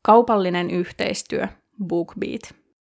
Kaupallinen yhteistyö, BookBeat.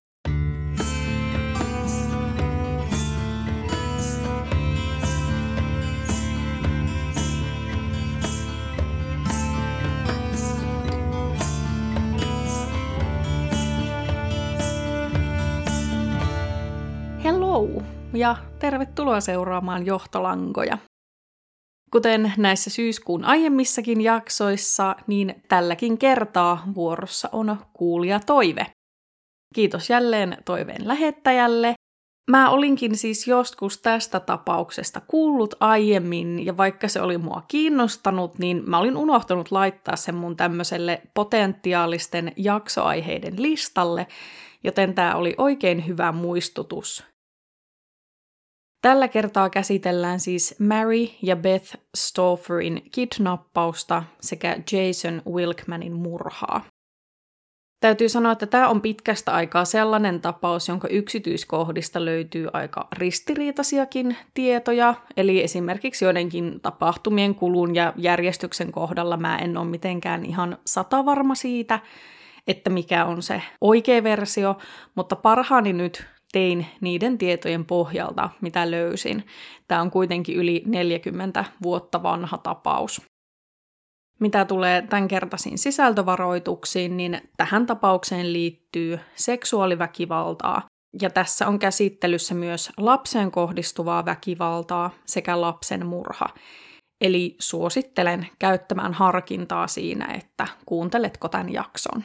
Hello ja tervetuloa seuraamaan Johtolankoja. Kuten näissä syyskuun aiemmissakin jaksoissa, niin tälläkin kertaa vuorossa on kuulijatoive. Kiitos jälleen toiveen lähettäjälle. Mä olinkin siis joskus tästä tapauksesta kuullut aiemmin, ja vaikka se oli mua kiinnostanut, niin mä olin unohtanut laittaa sen mun tämmöiselle potentiaalisten jaksoaiheiden listalle, joten tää oli oikein hyvä muistutus. Tällä kertaa käsitellään siis Mary ja Beth Staufferin kidnappausta sekä Jason Wilkmanin murhaa. Täytyy sanoa, että tämä on pitkästä aikaa sellainen tapaus, jonka yksityiskohdista löytyy aika ristiriitaisiakin tietoja, eli esimerkiksi joidenkin tapahtumien kulun ja järjestyksen kohdalla mä en ole mitenkään ihan satavarma siitä, että mikä on se oikea versio, mutta parhaani nyt tein niiden tietojen pohjalta, mitä löysin. Tämä on kuitenkin yli 40 vuotta vanha tapaus. Mitä tulee tämänkertaisiin sisältövaroituksiin, niin tähän tapaukseen liittyy seksuaaliväkivaltaa, ja tässä on käsittelyssä myös lapseen kohdistuvaa väkivaltaa sekä lapsen murha. Eli suosittelen käyttämään harkintaa siinä, että kuunteletko tämän jakson.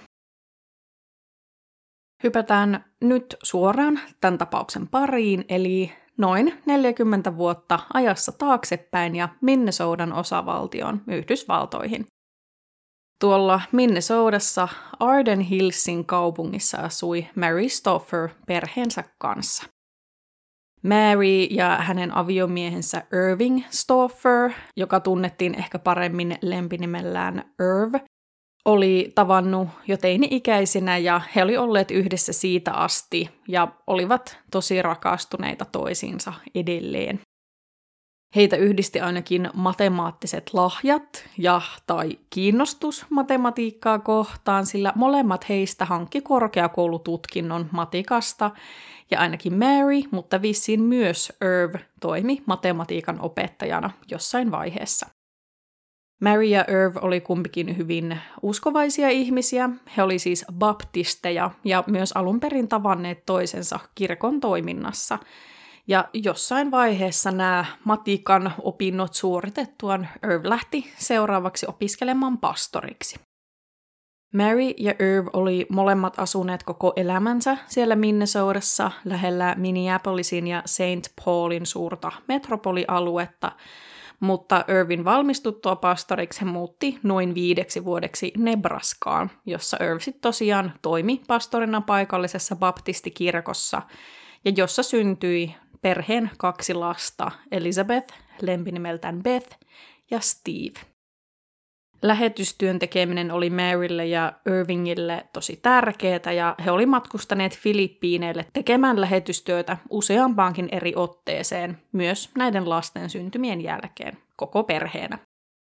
Hypätään nyt suoraan tämän tapauksen pariin, eli noin 40 vuotta ajassa taaksepäin ja Minnesotan osavaltion Yhdysvaltoihin. Tuolla Minnesotassa Arden Hillsin kaupungissa asui Mary Stauffer perheensä kanssa. Mary ja hänen aviomiehensä Irving Stauffer, joka tunnettiin ehkä paremmin lempinimellään Irv, oli tavannut jo teini-ikäisinä ja he oli olleet yhdessä siitä asti ja olivat tosi rakastuneita toisiinsa edelleen. Heitä yhdisti ainakin matemaattiset lahjat tai kiinnostus matematiikkaa kohtaan, sillä molemmat heistä hankki korkeakoulututkinnon matikasta ja ainakin Mary, mutta vissiin myös Irv toimi matematiikan opettajana jossain vaiheessa. Mary ja Irv oli kumpikin hyvin uskovaisia ihmisiä. He oli siis baptisteja ja myös alun perin tavanneet toisensa kirkon toiminnassa. Ja jossain vaiheessa nämä matikan opinnot suoritettuaan Irv lähti seuraavaksi opiskelemaan pastoriksi. Mary ja Irv oli molemmat asuneet koko elämänsä siellä Minnesotassa lähellä Minneapolisin ja St. Paulin suurta metropolialuetta, mutta Irvin valmistuttua pastoriksi hän muutti noin 5 vuodeksi Nebraskaan, jossa Irv sitten tosiaan toimi pastorina paikallisessa baptistikirkossa ja jossa syntyi perheen 2 lasta, Elizabeth, lempinimeltään Beth, ja Steve. Lähetystyön tekeminen oli Marylle ja Irvingille tosi tärkeää ja he oli matkustaneet Filippiineille tekemään lähetystyötä useampaankin eri otteeseen, myös näiden lasten syntymien jälkeen, koko perheenä.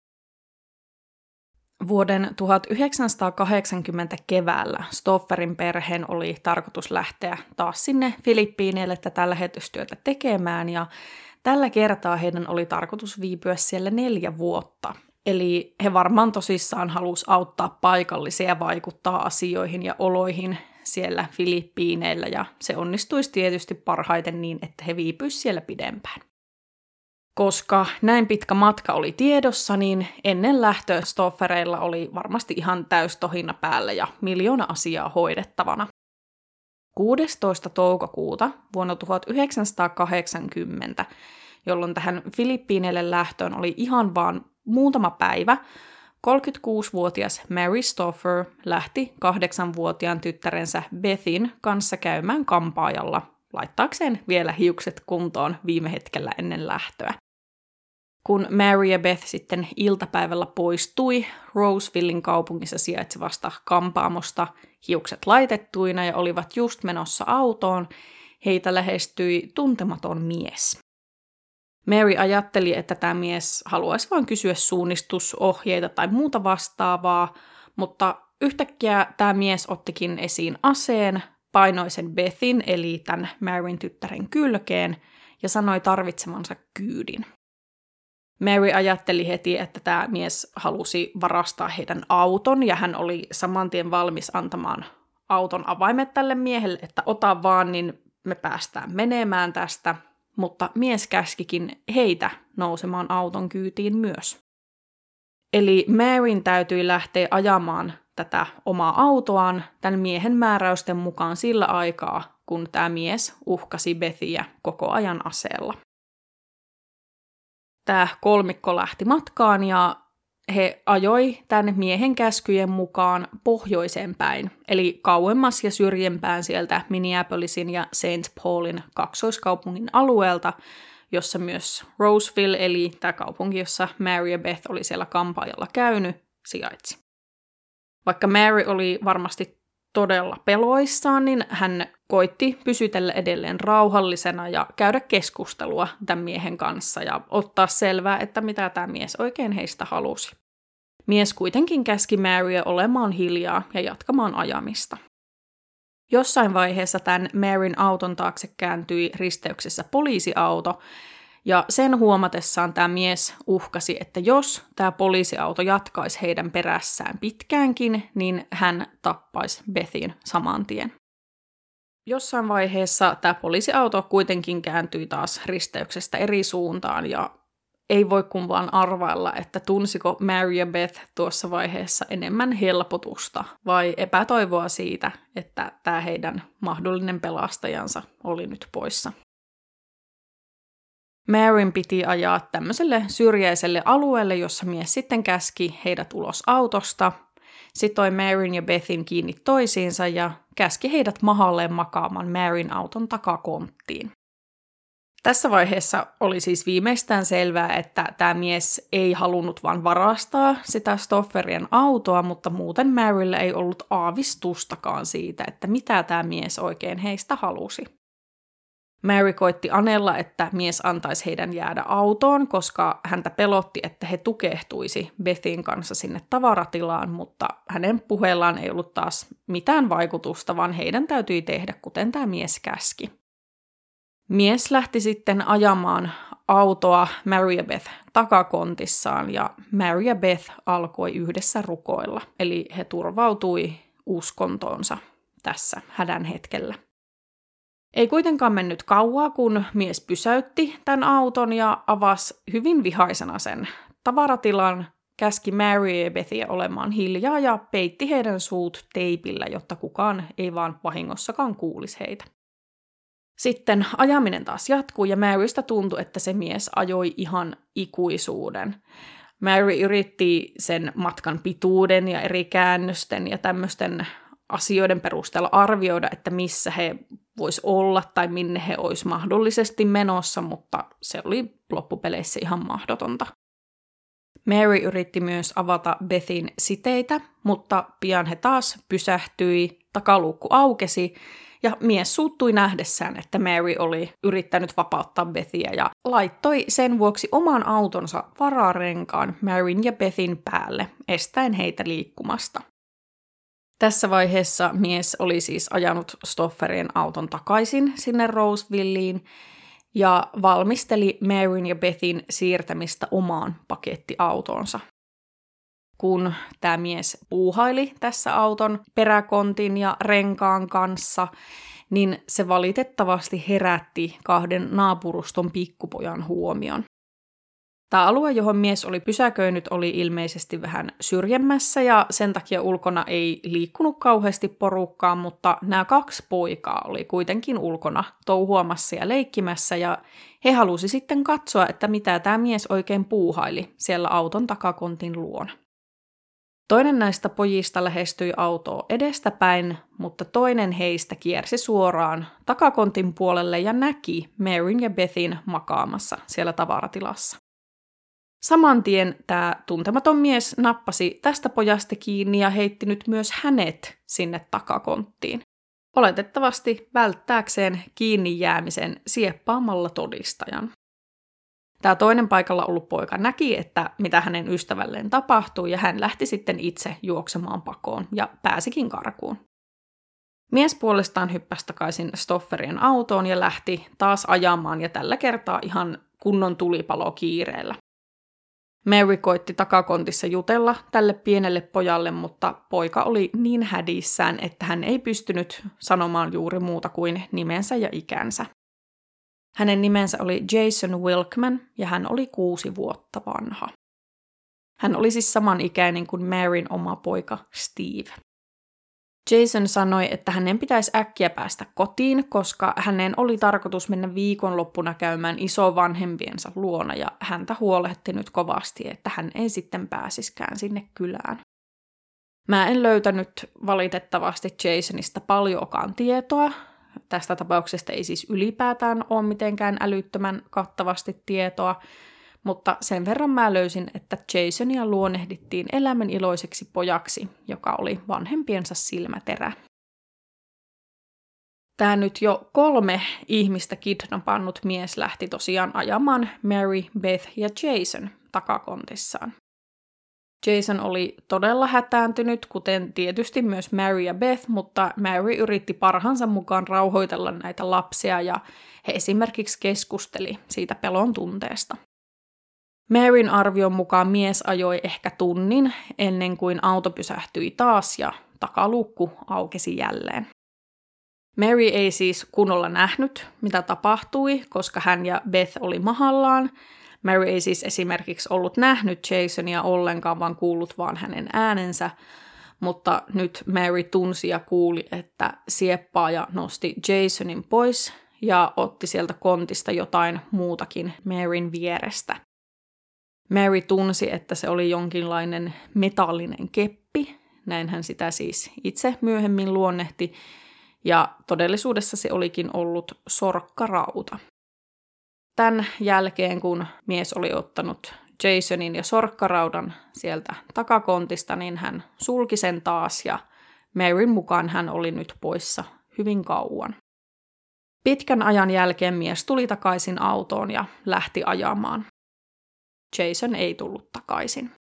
Vuoden 1980 keväällä Staufferin perheen oli tarkoitus lähteä taas sinne Filippiineille tätä lähetystyötä tekemään ja tällä kertaa heidän oli tarkoitus viipyä siellä 4 vuotta. Eli he varmaan tosissaan halusi auttaa paikallisia ja vaikuttaa asioihin ja oloihin siellä Filippiineillä, ja se onnistuisi tietysti parhaiten niin, että he viipyisivät siellä pidempään. Koska näin pitkä matka oli tiedossa, niin ennen lähtöä Stauffereilla oli varmasti ihan täystohina päällä ja 1,000,000 asiaa hoidettavana. 16. toukokuuta vuonna 1980, jolloin tähän Filippiineille lähtöön oli ihan vaan muutama päivä, 36-vuotias Mary Stauffer lähti 8-vuotiaan tyttärensä Bethin kanssa käymään kampaajalla, laittaakseen vielä hiukset kuntoon viime hetkellä ennen lähtöä. Kun Mary ja Beth sitten iltapäivällä poistui Rosevillein kaupungissa sijaitsevasta kampaamosta hiukset laitettuina ja olivat just menossa autoon, heitä lähestyi tuntematon mies. Mary ajatteli, että tämä mies haluaisi vain kysyä suunnistusohjeita tai muuta vastaavaa, mutta yhtäkkiä tämä mies ottikin esiin aseen, painoi sen Bethin, eli tämän Maryn tyttären kylkeen, ja sanoi tarvitsemansa kyydin. Mary ajatteli heti, että tämä mies halusi varastaa heidän auton, ja hän oli saman tien valmis antamaan auton avaimet tälle miehelle, että ota vaan, niin me päästään menemään tästä, mutta mies käskikin heitä nousemaan auton kyytiin myös. Eli Maryn täytyi lähteä ajamaan tätä omaa autoaan tämän miehen määräysten mukaan sillä aikaa, kun tämä mies uhkasi Bethiä koko ajan aseella. Tämä kolmikko lähti matkaan ja he ajoi tämän miehen käskyjen mukaan pohjoiseen päin, eli kauemmas ja syrjempään sieltä Minneapolisin ja St. Paulin kaksoiskaupungin alueelta, jossa myös Roseville, eli tämä kaupunki, jossa Mary ja Beth oli siellä kampaajalla käynyt, sijaitsi. Vaikka Mary oli varmasti todella peloissaan, niin hän koitti pysytellä edelleen rauhallisena ja käydä keskustelua tämän miehen kanssa ja ottaa selvää, että mitä tämä mies oikein heistä halusi. Mies kuitenkin käski Marya olemaan hiljaa ja jatkamaan ajamista. Jossain vaiheessa tämän Maryn auton taakse kääntyi risteyksessä poliisiauto, ja sen huomatessaan tämä mies uhkasi, että jos tämä poliisiauto jatkaisi heidän perässään pitkäänkin, niin hän tappaisi Bethin saman tien. Jossain vaiheessa tämä poliisiauto kuitenkin kääntyi taas risteyksestä eri suuntaan, ja ei voi kun vaan arvailla, että tunsiko Mary ja Beth tuossa vaiheessa enemmän helpotusta vai epätoivoa siitä, että tämä heidän mahdollinen pelastajansa oli nyt poissa. Maryn piti ajaa tämmöiselle syrjäiselle alueelle, jossa mies sitten käski heidät ulos autosta, sitoi Maryn ja Bethin kiinni toisiinsa ja käski heidät mahalleen makaamaan Maryn auton takakonttiin. Tässä vaiheessa oli siis viimeistään selvää, että tämä mies ei halunnut vaan varastaa sitä Stofferien autoa, mutta muuten Maryllä ei ollut aavistustakaan siitä, että mitä tämä mies oikein heistä halusi. Mary koitti anella, että mies antaisi heidän jäädä autoon, koska häntä pelotti, että he tukehtuisi Bethin kanssa sinne tavaratilaan, mutta hänen puheellaan ei ollut taas mitään vaikutusta, vaan heidän täytyi tehdä, kuten tämä mies käski. Mies lähti sitten ajamaan autoa Mary ja Beth takakontissaan, ja Mary ja Beth alkoi yhdessä rukoilla, eli he turvautui uskontoonsa tässä hädän hetkellä. Ei kuitenkaan mennyt kauaa, kun mies pysäytti tämän auton ja avasi hyvin vihaisena sen tavaratilan, käski Mary ja Bethia olemaan hiljaa ja peitti heidän suut teipillä, jotta kukaan ei vaan vahingossakaan kuulisi heitä. Sitten ajaminen taas jatkuu ja Marystä tuntui, että se mies ajoi ihan ikuisuuden. Mary yritti sen matkan pituuden ja eri käännösten ja tämmöisten asioiden perusteella arvioida, että missä he vois olla tai minne he olisi mahdollisesti menossa, mutta se oli loppupeleissä ihan mahdotonta. Mary yritti myös avata Bethin siteitä, mutta pian he taas pysähtyi, takaluukku aukesi ja mies suuttui nähdessään, että Mary oli yrittänyt vapauttaa Bethia ja laittoi sen vuoksi oman autonsa vararenkaan Maryn ja Bethin päälle, estäen heitä liikkumasta. Tässä vaiheessa mies oli siis ajanut Stofferien auton takaisin sinne Rosevilleen ja valmisteli Maryn ja Bethin siirtämistä omaan pakettiautonsa. Kun tämä mies puuhaili tässä auton peräkontin ja renkaan kanssa, niin se valitettavasti herätti kahden naapuruston pikkupojan huomion. Tämä alue, johon mies oli pysäköinyt, oli ilmeisesti vähän syrjemmässä ja sen takia ulkona ei liikkunut kauheasti porukkaa, mutta nämä kaksi poikaa oli kuitenkin ulkona touhuamassa ja leikkimässä ja he halusi sitten katsoa, että mitä tämä mies oikein puuhaili siellä auton takakontin luona. Toinen näistä pojista lähestyi autoa edestäpäin, mutta toinen heistä kiersi suoraan takakontin puolelle ja näki Maryn ja Bethin makaamassa siellä tavaratilassa. Saman tien tämä tuntematon mies nappasi tästä pojasta kiinni ja heitti nyt myös hänet sinne takakonttiin, oletettavasti välttääkseen kiinni jäämisen sieppaamalla todistajan. Tämä toinen paikalla ollut poika näki, että mitä hänen ystävälleen tapahtui, ja hän lähti sitten itse juoksemaan pakoon ja pääsikin karkuun. Mies puolestaan hyppäsi takaisin Stofferien autoon ja lähti taas ajamaan, ja tällä kertaa ihan kunnon tulipalo kiireellä. Mary koitti takakontissa jutella tälle pienelle pojalle, mutta poika oli niin hädissään, että hän ei pystynyt sanomaan juuri muuta kuin nimensä ja ikänsä. Hänen nimensä oli Jason Wilkman ja hän oli 6 vuotta vanha. Hän oli siis samanikäinen kuin Maryn oma poika Steve. Jason sanoi, että hänen pitäisi äkkiä päästä kotiin, koska hänen oli tarkoitus mennä viikonloppuna käymään isovanhempiensa luona ja häntä huolehti nyt kovasti, että hän ei sitten pääsiskään sinne kylään. Mä en löytänyt valitettavasti Jasonista paljoakaan tietoa. Tästä tapauksesta ei siis ylipäätään ole mitenkään älyttömän kattavasti tietoa, mutta sen verran mä löysin, että Jasonia luonnehdittiin elämän iloiseksi pojaksi, joka oli vanhempiensa silmäterä. Tämä nyt jo 3 ihmistä kidnappannut mies lähti tosiaan ajamaan Mary, Beth ja Jason takakontissaan. Jason oli todella hätääntynyt, kuten tietysti myös Mary ja Beth, mutta Mary yritti parhaansa mukaan rauhoitella näitä lapsia ja he esimerkiksi keskusteli siitä pelon tunteesta. Maryn arvion mukaan mies ajoi ehkä tunnin ennen kuin auto pysähtyi taas ja takalukku aukesi jälleen. Mary ei siis kunnolla nähnyt, mitä tapahtui, koska hän ja Beth oli mahallaan. Mary ei siis esimerkiksi ollut nähnyt Jasonia ollenkaan, vaan kuullut vaan hänen äänensä, mutta nyt Mary tunsi ja kuuli, että sieppaaja nosti Jasonin pois ja otti sieltä kontista jotain muutakin Maryn vierestä. Mary tunsi, että se oli jonkinlainen metallinen keppi, näin hän sitä siis itse myöhemmin luonnehti, ja todellisuudessa se olikin ollut sorkkarauta. Tämän jälkeen, kun mies oli ottanut Jasonin ja sorkkaraudan sieltä takakontista, niin hän sulki sen taas, ja Maryn mukaan hän oli nyt poissa hyvin kauan. Pitkän ajan jälkeen mies tuli takaisin autoon ja lähti ajamaan. Jason ei tullut takaisin.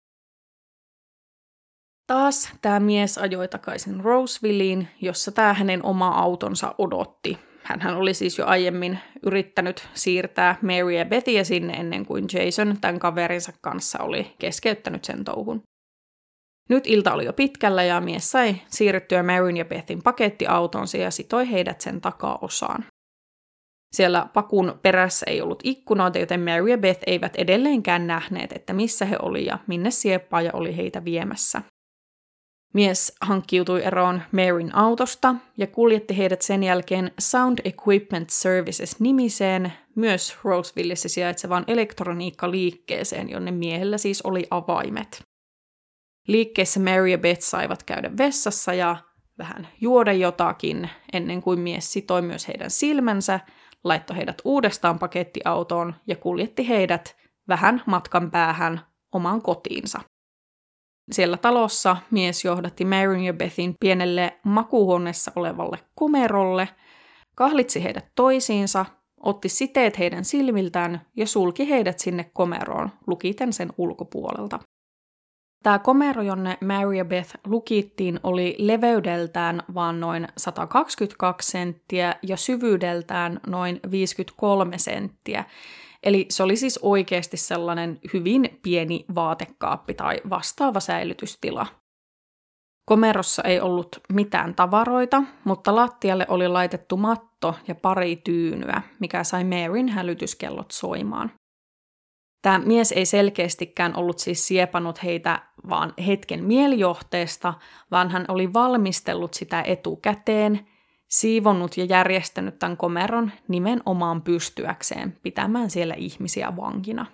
Taas tämä mies ajoi takaisin Rosevilleen, jossa tämä hänen oma autonsa odotti. Hänhän oli siis jo aiemmin yrittänyt siirtää Mary ja Bethia sinne ennen kuin Jason tämän kaverinsa kanssa oli keskeyttänyt sen touhun. Nyt ilta oli jo pitkällä ja mies sai siirrettyä Maryn ja Bethin pakettiautonsa ja sitoi heidät sen takaosaan. Siellä pakun perässä ei ollut ikkunoita, joten Mary ja Beth eivät edelleenkään nähneet, että missä he oli ja minne sieppaaja oli heitä viemässä. Mies hankkiutui eroon Maryn autosta ja kuljetti heidät sen jälkeen Sound Equipment Services-nimiseen, myös Rosevillessä sijaitsevaan elektroniikkaliikkeeseen, jonne miehellä siis oli avaimet. Liikkeessä Mary ja Beth saivat käydä vessassa ja vähän juoda jotakin, ennen kuin mies sitoi myös heidän silmänsä, laittoi heidät uudestaan pakettiautoon ja kuljetti heidät vähän matkan päähän omaan kotiinsa. Siellä talossa mies johdatti Maryn ja Bethin pienelle makuuhuoneessa olevalle komerolle, kahlitsi heidät toisiinsa, otti siteet heidän silmiltään ja sulki heidät sinne komeroon, lukiten sen ulkopuolelta. Tämä komero, jonne Mary ja Beth lukittiin, oli leveydeltään vaan noin 122 senttiä ja syvyydeltään noin 53 senttiä. Eli se oli siis oikeasti sellainen hyvin pieni vaatekaappi tai vastaava säilytystila. Komerossa ei ollut mitään tavaroita, mutta lattialle oli laitettu matto ja pari tyynyä, mikä sai Maryn hälytyskellot soimaan. Tämä mies ei selkeästikään ollut siis siepannut heitä vaan hetken mielijohteesta, vaan hän oli valmistellut sitä etukäteen, siivonnut ja järjestänyt tämän komeron nimenomaan pystyäkseen pitämään siellä ihmisiä vankina.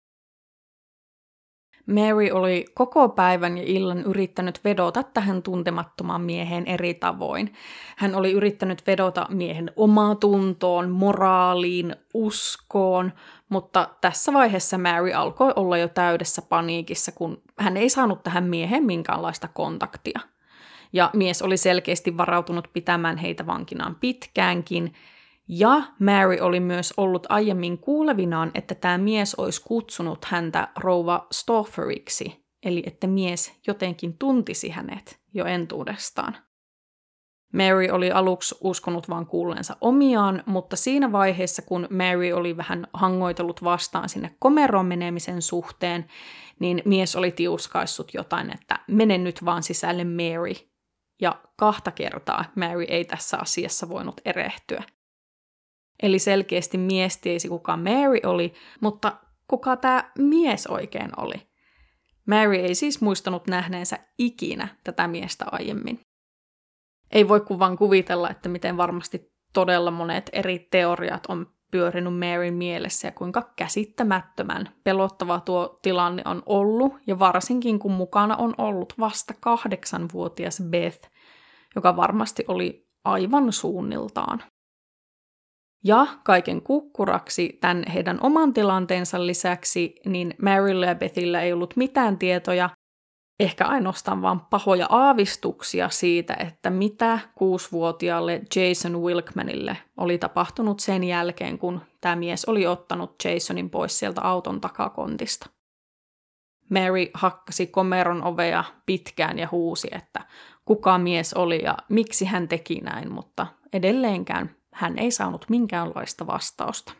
Mary oli koko päivän ja illan yrittänyt vedota tähän tuntemattomaan mieheen eri tavoin. Hän oli yrittänyt vedota miehen omatuntoon, moraaliin, uskoon, mutta tässä vaiheessa Mary alkoi olla jo täydessä paniikissa, kun hän ei saanut tähän mieheen minkäänlaista kontaktia. Ja mies oli selkeästi varautunut pitämään heitä vankinaan pitkäänkin, Ja Mary oli myös ollut aiemmin kuulevinaan, että tämä mies olisi kutsunut häntä rouva Stofferiksi, eli että mies jotenkin tuntisi hänet jo entuudestaan. Mary oli aluksi uskonut vaan kuulleensa omiaan, mutta siinä vaiheessa, kun Mary oli vähän hangoitellut vastaan sinne komeroon menemisen suhteen, niin mies oli tiuskaissut jotain, että mene nyt vaan sisälle Mary. Ja 2 kertaa Mary ei tässä asiassa voinut erehtyä. Eli selkeästi mies tiesi, kuka Mary oli, mutta kuka tämä mies oikein oli. Mary ei siis muistanut nähneensä ikinä tätä miestä aiemmin. Ei voi kuin vaan kuvitella, että miten varmasti todella monet eri teoriat on pyörinyt Maryn mielessä ja kuinka käsittämättömän pelottava tuo tilanne on ollut, ja varsinkin kun mukana on ollut vasta 8-vuotias Beth, joka varmasti oli aivan suunniltaan. Ja kaiken kukkuraksi tämän heidän oman tilanteensa lisäksi, niin Maryllä ja Bethillä ei ollut mitään tietoja, ehkä ainoastaan vaan pahoja aavistuksia siitä, että mitä 6-vuotiaalle Jason Wilkmanille oli tapahtunut sen jälkeen, kun tämä mies oli ottanut Jasonin pois sieltä auton takakontista. Mary hakkasi komeron ovea pitkään ja huusi, että kuka mies oli ja miksi hän teki näin, mutta edelleenkään hän ei saanut minkäänlaista vastausta.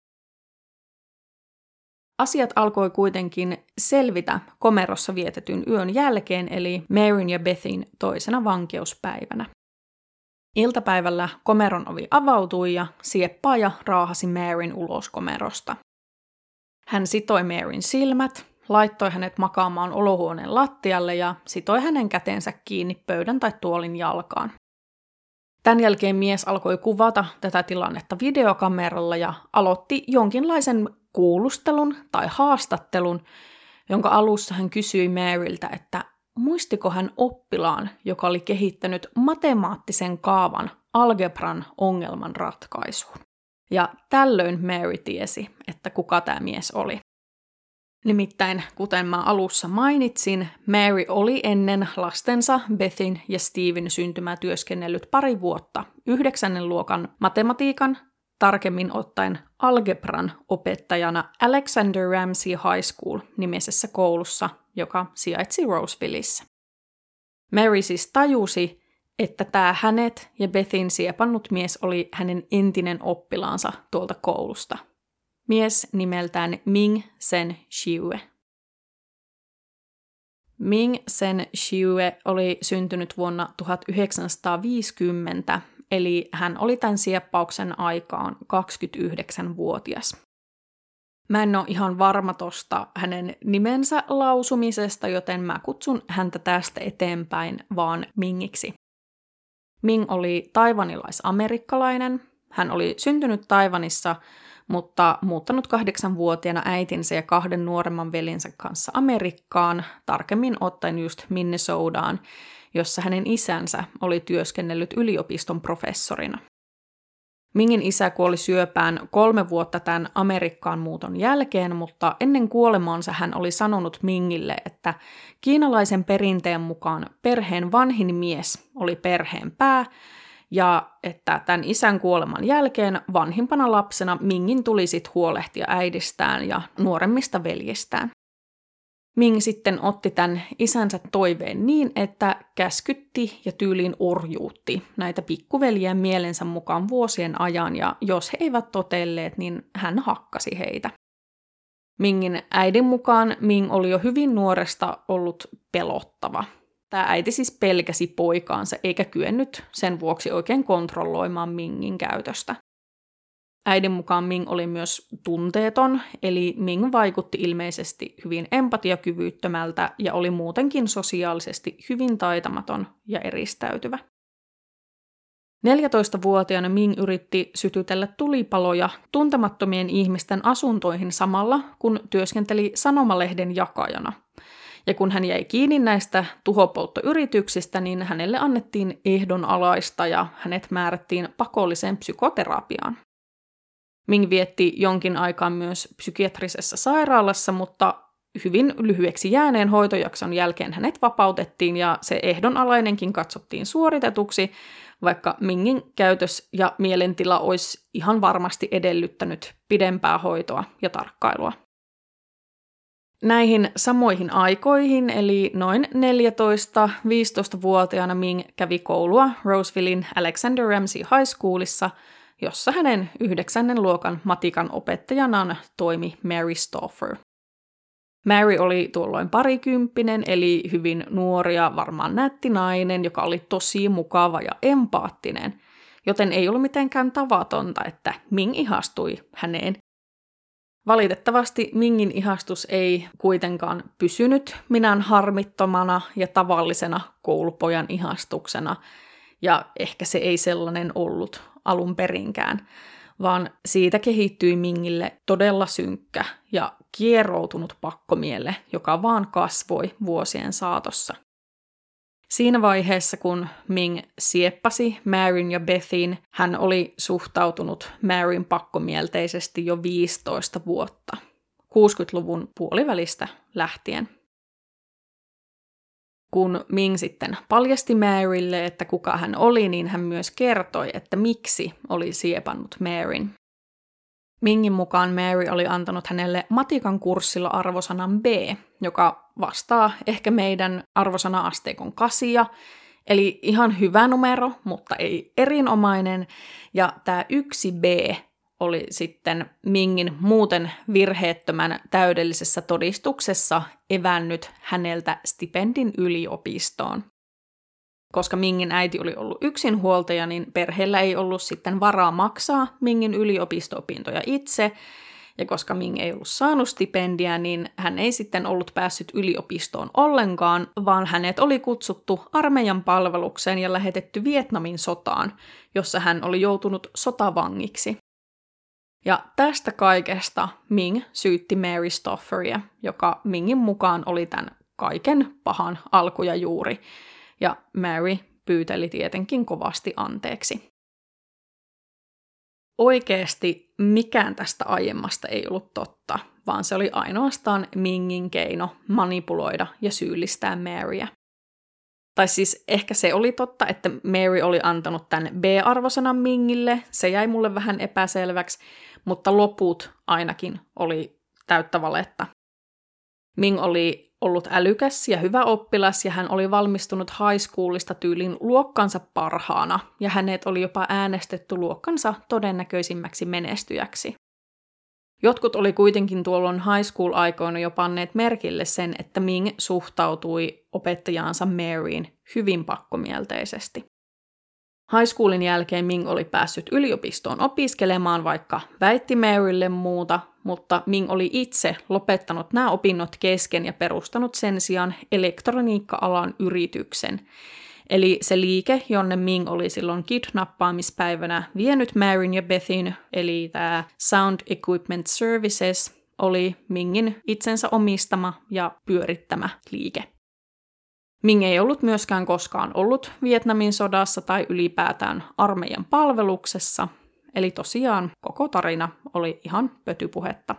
Asiat alkoi kuitenkin selvitä komerossa vietetyn yön jälkeen, eli Maryn ja Bethin toisena vankeuspäivänä. Iltapäivällä komeron ovi avautui ja sieppaaja raahasi Maryn ulos komerosta. Hän sitoi Maryn silmät, laittoi hänet makaamaan olohuoneen lattialle ja sitoi hänen käteensä kiinni pöydän tai tuolin jalkaan. Tämän jälkeen mies alkoi kuvata tätä tilannetta videokameralla ja aloitti jonkinlaisen kuulustelun tai haastattelun, jonka alussa hän kysyi Maryltä, että muistiko hän oppilaan, joka oli kehittänyt matemaattisen kaavan algebran ongelman ratkaisuun. Ja tällöin Mary tiesi, että kuka tämä mies oli. Nimittäin, kuten mä alussa mainitsin, Mary oli ennen lastensa Bethin ja Steven syntymää työskennellyt 2 vuotta 9. luokan matematiikan, tarkemmin ottaen algebran opettajana Alexander Ramsey High School-nimisessä koulussa, joka sijaitsi Rosevillessä. Mary siis tajusi, että tämä hänet ja Bethin siepannut mies oli hänen entinen oppilaansa tuolta koulusta. Mies nimeltään Ming Sen Xiue. Ming Sen Xiue oli syntynyt vuonna 1950, eli hän oli tämän sieppauksen aikaan 29-vuotias. Mä en ole ihan varma tosta hänen nimensä lausumisesta, joten mä kutsun häntä tästä eteenpäin vaan Mingiksi. Ming oli taiwanilais-amerikkalainen. Hän oli syntynyt Taiwanissa, mutta muuttanut 8-vuotiaana äitinsä ja 2 nuoremman veljensä kanssa Amerikkaan, tarkemmin ottaen just Minnesodaan, jossa hänen isänsä oli työskennellyt yliopiston professorina. Mingin isä kuoli syöpään 3 vuotta tämän Amerikkaan muuton jälkeen, mutta ennen kuolemaansa hän oli sanonut Mingille, että kiinalaisen perinteen mukaan perheen vanhin mies oli perheen pää, ja että tämän isän kuoleman jälkeen vanhimpana lapsena Mingin tuli sit huolehtia äidistään ja nuoremmista veljistään. Ming sitten otti tämän isänsä toiveen niin, että käskytti ja tyyliin orjuutti näitä pikkuveljiä mielensä mukaan vuosien ajan, ja jos he eivät totelleet, niin hän hakkasi heitä. Mingin äidin mukaan Ming oli jo hyvin nuoresta ollut pelottava. Tämä äiti siis pelkäsi poikaansa eikä kyennyt sen vuoksi oikein kontrolloimaan Mingin käytöstä. Äidin mukaan Ming oli myös tunteeton, eli Ming vaikutti ilmeisesti hyvin empatiakyvyttömältä ja oli muutenkin sosiaalisesti hyvin taitamaton ja eristäytyvä. 14-vuotiaana Ming yritti sytytellä tulipaloja tuntemattomien ihmisten asuntoihin samalla, kun työskenteli sanomalehden jakajana. Ja kun hän jäi kiinni näistä tuhopolttoyrityksistä, niin hänelle annettiin ehdonalaista ja hänet määrättiin pakolliseen psykoterapiaan. Ming vietti jonkin aikaa myös psykiatrisessa sairaalassa, mutta hyvin lyhyeksi jääneen hoitojakson jälkeen hänet vapautettiin ja se ehdonalainenkin katsottiin suoritetuksi, vaikka Mingin käytös ja mielentila olisi ihan varmasti edellyttänyt pidempää hoitoa ja tarkkailua. Näihin samoihin aikoihin, eli noin 14-15-vuotiaana Ming kävi koulua Rosevillein Alexander Ramsey High Schoolissa, jossa hänen 9. luokan matikan opettajanaan toimi Mary Stauffer. Mary oli tuolloin parikymppinen, eli hyvin nuori ja varmaan nätti nainen, joka oli tosi mukava ja empaattinen, joten ei ollut mitenkään tavatonta, että Ming ihastui häneen. Valitettavasti Mingin ihastus ei kuitenkaan pysynyt minään harmittomana ja tavallisena koulupojan ihastuksena, ja ehkä se ei sellainen ollut alun perinkään, vaan siitä kehittyi Mingille todella synkkä ja kieroutunut pakkomielle, joka vaan kasvoi vuosien saatossa. Siinä vaiheessa, kun Ming sieppasi Maryn ja Bethin, hän oli suhtautunut Maryn pakkomielteisesti jo 15 vuotta, 60-luvun puolivälistä lähtien. Kun Ming sitten paljasti Marylle, että kuka hän oli, niin hän myös kertoi, että miksi oli siepannut Maryn. Mingin mukaan Mary oli antanut hänelle matikan kurssilla arvosanan B, joka vastaa ehkä meidän arvosana-asteikon 8, eli ihan hyvä numero, mutta ei erinomainen, ja tämä 1B oli sitten Mingin muuten virheettömän täydellisessä todistuksessa evännyt häneltä stipendin yliopistoon. Koska Mingin äiti oli ollut yksinhuoltaja, niin perheellä ei ollut sitten varaa maksaa Mingin yliopisto-opintoja itse, ja koska Ming ei ollut saanut stipendiä, niin hän ei sitten ollut päässyt yliopistoon ollenkaan, vaan hänet oli kutsuttu armeijan palvelukseen ja lähetetty Vietnamin sotaan, jossa hän oli joutunut sotavangiksi. Ja tästä kaikesta Ming syytti Mary Staufferia, joka Mingin mukaan oli tämän kaiken pahan alku ja juuri, ja Mary pyyteli tietenkin kovasti anteeksi. Oikeasti mikään tästä aiemmasta ei ollut totta, vaan se oli ainoastaan Mingin keino manipuloida ja syyllistää Maryä. Tai siis ehkä se oli totta, että Mary oli antanut tämän B-arvosanan Mingille, se jäi mulle vähän epäselväksi, mutta loput ainakin oli täyttä valetta. Ming oli ollut älykäs ja hyvä oppilas, ja hän oli valmistunut high schoolista tyylin luokkansa parhaana, ja hänet oli jopa äänestetty luokkansa todennäköisimmäksi menestyjäksi. Jotkut oli kuitenkin tuolloin high school-aikoina jo panneet merkille sen, että Ming suhtautui opettajaansa Maryin hyvin pakkomielteisesti. High schoolin jälkeen Ming oli päässyt yliopistoon opiskelemaan, vaikka väitti Marylle muuta, mutta Ming oli itse lopettanut nämä opinnot kesken ja perustanut sen sijaan elektroniikka-alan yrityksen. Eli se liike, jonne Ming oli silloin kidnappaamispäivänä vienyt Maryn ja Bethin, eli tämä Sound Equipment Services, oli Mingin itsensä omistama ja pyörittämä liike. Ming ei ollut myöskään koskaan ollut Vietnamin sodassa tai ylipäätään armeijan palveluksessa, eli tosiaan koko tarina oli ihan pötypuhetta.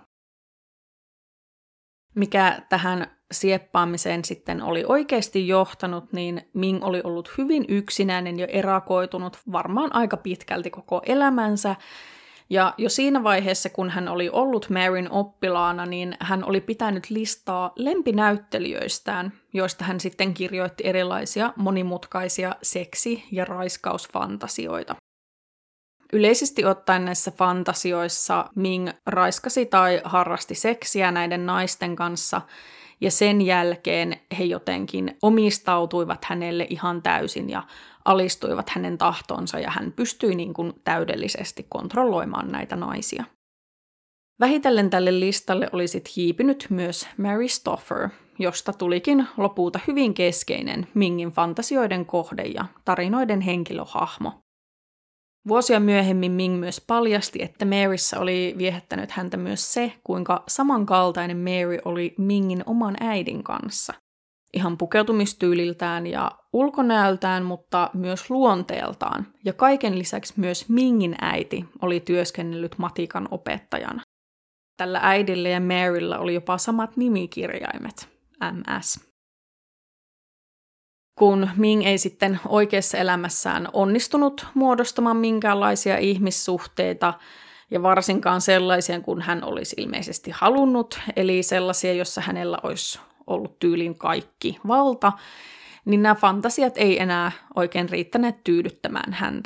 Mikä tähän sieppaamiseen sitten oli oikeasti johtanut, niin Ming oli ollut hyvin yksinäinen ja erakoitunut varmaan aika pitkälti koko elämänsä. Ja jo siinä vaiheessa, kun hän oli ollut Maryn oppilaana, niin hän oli pitänyt listaa lempinäyttelijöistään, joista hän sitten kirjoitti erilaisia monimutkaisia seksi- ja raiskausfantasioita. Yleisesti ottaen näissä fantasioissa Ming raiskasi tai harrasti seksiä näiden naisten kanssa, ja sen jälkeen he jotenkin omistautuivat hänelle ihan täysin ja alistuivat hänen tahtonsa, ja hän pystyi niin kuin täydellisesti kontrolloimaan näitä naisia. Vähitellen tälle listalle oli sitten hiipinyt myös Mary Stauffer, josta tulikin lopulta hyvin keskeinen Mingin fantasioiden kohde ja tarinoiden henkilöhahmo. Vuosia myöhemmin Ming myös paljasti, että Maryssä oli viehättänyt häntä myös se, kuinka samankaltainen Mary oli Mingin oman äidin kanssa. Ihan pukeutumistyyliltään ja ulkonäöltään, mutta myös luonteeltaan. Ja kaiken lisäksi myös Mingin äiti oli työskennellyt matikan opettajana. Tällä äidillä ja Maryllä oli jopa samat nimikirjaimet, MS. Kun Ming ei sitten oikeassa elämässään onnistunut muodostamaan minkäänlaisia ihmissuhteita, ja varsinkaan sellaisia, kun hän olisi ilmeisesti halunnut, eli sellaisia, jossa hänellä olisi ollut tyylin kaikki valta, niin nämä fantasiat ei enää oikein riittäneet tyydyttämään häntä.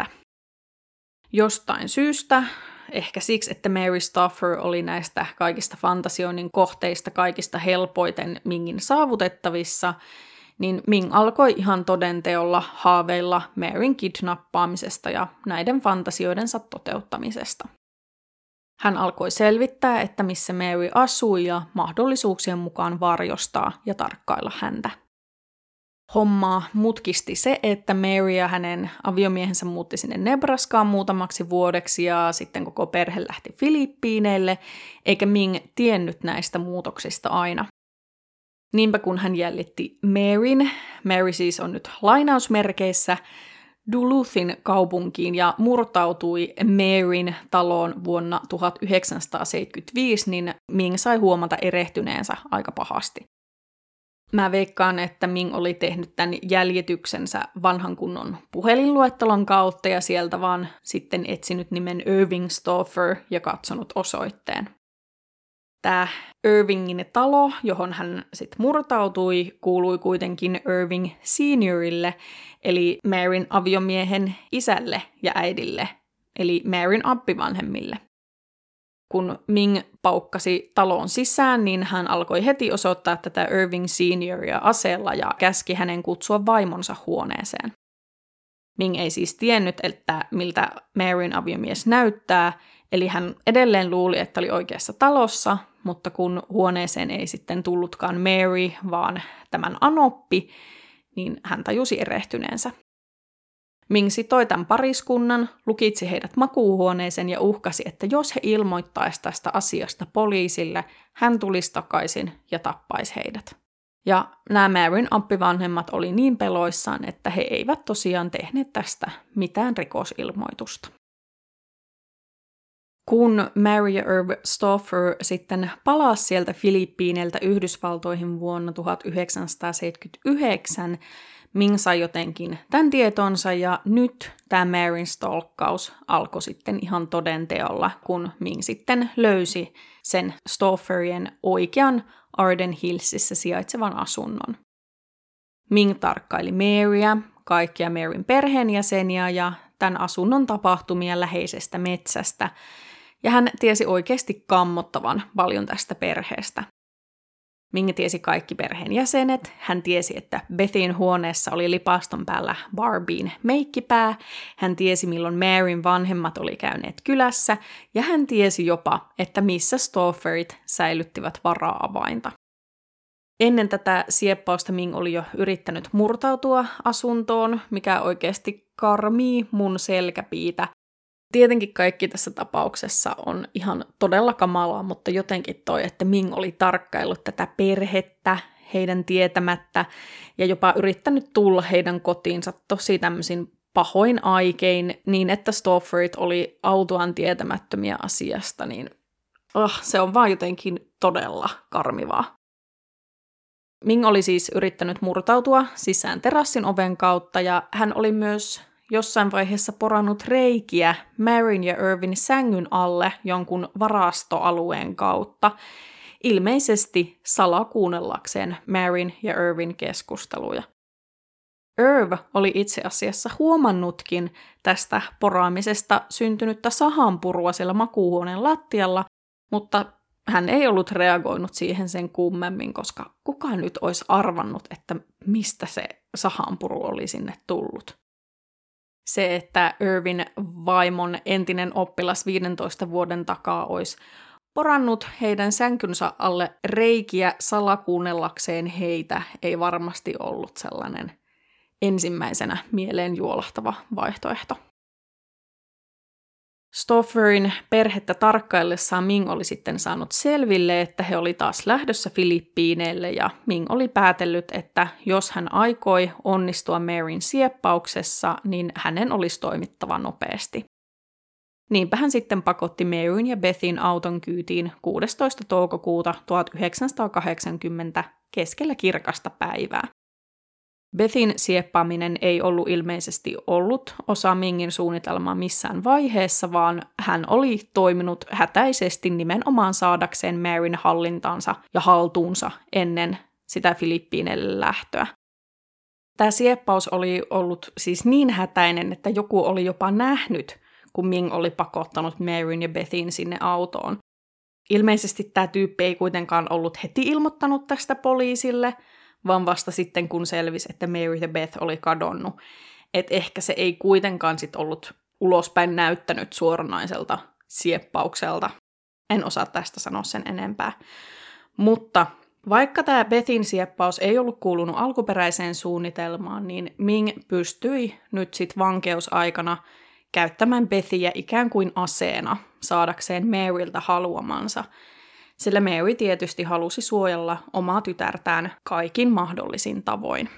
Jostain syystä, ehkä siksi, että Mary Stauffer oli näistä kaikista fantasioinnin kohteista kaikista helpoiten Mingin saavutettavissa, niin Ming alkoi ihan todenteolla haaveilla Maryn kidnappaamisesta ja näiden fantasioidensa toteuttamisesta. Hän alkoi selvittää, että missä Mary asui ja mahdollisuuksien mukaan varjostaa ja tarkkailla häntä. Hommaa mutkisti se, että Mary ja hänen aviomiehensä muutti sinne Nebraskaan muutamaksi vuodeksi ja sitten koko perhe lähti Filippiineille, eikä Ming tiennyt näistä muutoksista aina. Niinpä kun hän jäljitti Maryn, Mary siis on nyt lainausmerkeissä, Duluthin kaupunkiin ja murtautui Maryn taloon vuonna 1975, niin Ming sai huomata erehtyneensä aika pahasti. Mä veikkaan, että Ming oli tehnyt tämän jäljityksensä vanhan kunnon puhelinluettelon kautta ja sieltä vaan sitten etsinyt nimen Irving Stauffer ja katsonut osoitteen. Tämä Irvingin talo, johon hän sitten murtautui, kuului kuitenkin Irving Seniorille, eli Maryn aviomiehen isälle ja äidille, eli Maryn appivanhemmille. Kun Ming paukkasi taloon sisään, niin hän alkoi heti osoittaa tätä Irving Senioria aseella ja käski hänen kutsua vaimonsa huoneeseen. Ming ei siis tiennyt, että miltä Maryn aviomies näyttää, eli hän edelleen luuli, että oli oikeassa talossa, mutta kun huoneeseen ei sitten tullutkaan Mary, vaan tämän anoppi, niin hän tajusi erehtyneensä. Ming sitoi tämän pariskunnan, lukitsi heidät makuuhuoneeseen ja uhkasi, että jos he ilmoittaisi tästä asiasta poliisille, hän tulisi takaisin ja tappaisi heidät. Ja nämä Maryn appivanhemmat oli niin peloissaan, että he eivät tosiaan tehneet tästä mitään rikosilmoitusta. Kun Mary ja Irv Stauffer sitten palasi sieltä Filippiineiltä Yhdysvaltoihin vuonna 1979, Ming sai jotenkin tämän tietonsa ja nyt tämä Maryn stalkkaus alkoi sitten ihan todenteolla, kun Ming sitten löysi sen Staufferien oikean Arden Hillsissä sijaitsevan asunnon. Ming tarkkaili Maryä, kaikkia Maryn perheenjäseniä ja tämän asunnon tapahtumia läheisestä metsästä, ja hän tiesi oikeasti kammottavan paljon tästä perheestä. Ming tiesi kaikki perheenjäsenet, hän tiesi, että Bethin huoneessa oli lipaston päällä Barbien meikkipää, hän tiesi milloin Maryn vanhemmat oli käyneet kylässä, ja hän tiesi jopa, että missä Staufferit säilyttivät vara-avainta. Ennen tätä sieppausta Ming oli jo yrittänyt murtautua asuntoon, mikä oikeasti karmii mun selkäpiitä. Tietenkin kaikki tässä tapauksessa on ihan todella kamalaa, mutta jotenkin että Ming oli tarkkaillut tätä perhettä heidän tietämättä ja jopa yrittänyt tulla heidän kotiinsa tosi tämmöisin pahoin aikein niin, että Staufferit oli autuaan tietämättömiä asiasta, niin se on vaan jotenkin todella karmivaa. Ming oli siis yrittänyt murtautua sisään terassin oven kautta ja hän oli myös jossain vaiheessa porannut reikiä Maryn ja Irvin sängyn alle jonkun varastoalueen kautta, ilmeisesti salakuunnellakseen Maryn ja Irvin keskusteluja. Irv oli itse asiassa huomannutkin tästä poraamisesta syntynyttä sahanpurua siellä makuuhuoneen lattialla, mutta hän ei ollut reagoinut siihen sen kummemmin, koska kuka nyt olisi arvannut, että mistä se sahanpuru oli sinne tullut. Se, että Irvin vaimon entinen oppilas 15 vuoden takaa olisi porannut heidän sänkynsä alle reikiä salakuunnellakseen heitä, ei varmasti ollut sellainen ensimmäisenä mieleen juolahtava vaihtoehto. Staufferin perhettä tarkkaillessaan Ming oli sitten saanut selville, että he oli taas lähdössä Filippiineille ja Ming oli päätellyt, että jos hän aikoi onnistua Maryn sieppauksessa, niin hänen olisi toimittava nopeasti. Niinpä hän sitten pakotti Maryn ja Bethin auton kyytiin 16. toukokuuta 1980 keskellä kirkasta päivää. Bethin sieppaaminen ei ollut ilmeisesti ollut osa Mingin suunnitelmaa missään vaiheessa, vaan hän oli toiminut hätäisesti nimenomaan saadakseen Maryn hallintaansa ja haltuunsa ennen sitä Filippiineille lähtöä. Tämä sieppaus oli ollut siis niin hätäinen, että joku oli jopa nähnyt, kun Ming oli pakottanut Maryn ja Bethin sinne autoon. Ilmeisesti tämä tyyppi ei kuitenkaan ollut heti ilmoittanut tästä poliisille, vaan vasta sitten, kun selvisi, että Mary ja Beth oli kadonnut. Että ehkä se ei kuitenkaan sit ollut ulospäin näyttänyt suoranaiselta sieppaukselta. En osaa tästä sanoa sen enempää. Mutta vaikka tämä Bethin sieppaus ei ollut kuulunut alkuperäiseen suunnitelmaan, niin Ming pystyi nyt sit vankeusaikana käyttämään Bethiä ikään kuin aseena saadakseen Maryltä haluamansa. Sillä Mary tietysti halusi suojella omaa tytärtään kaikin mahdollisin tavoin.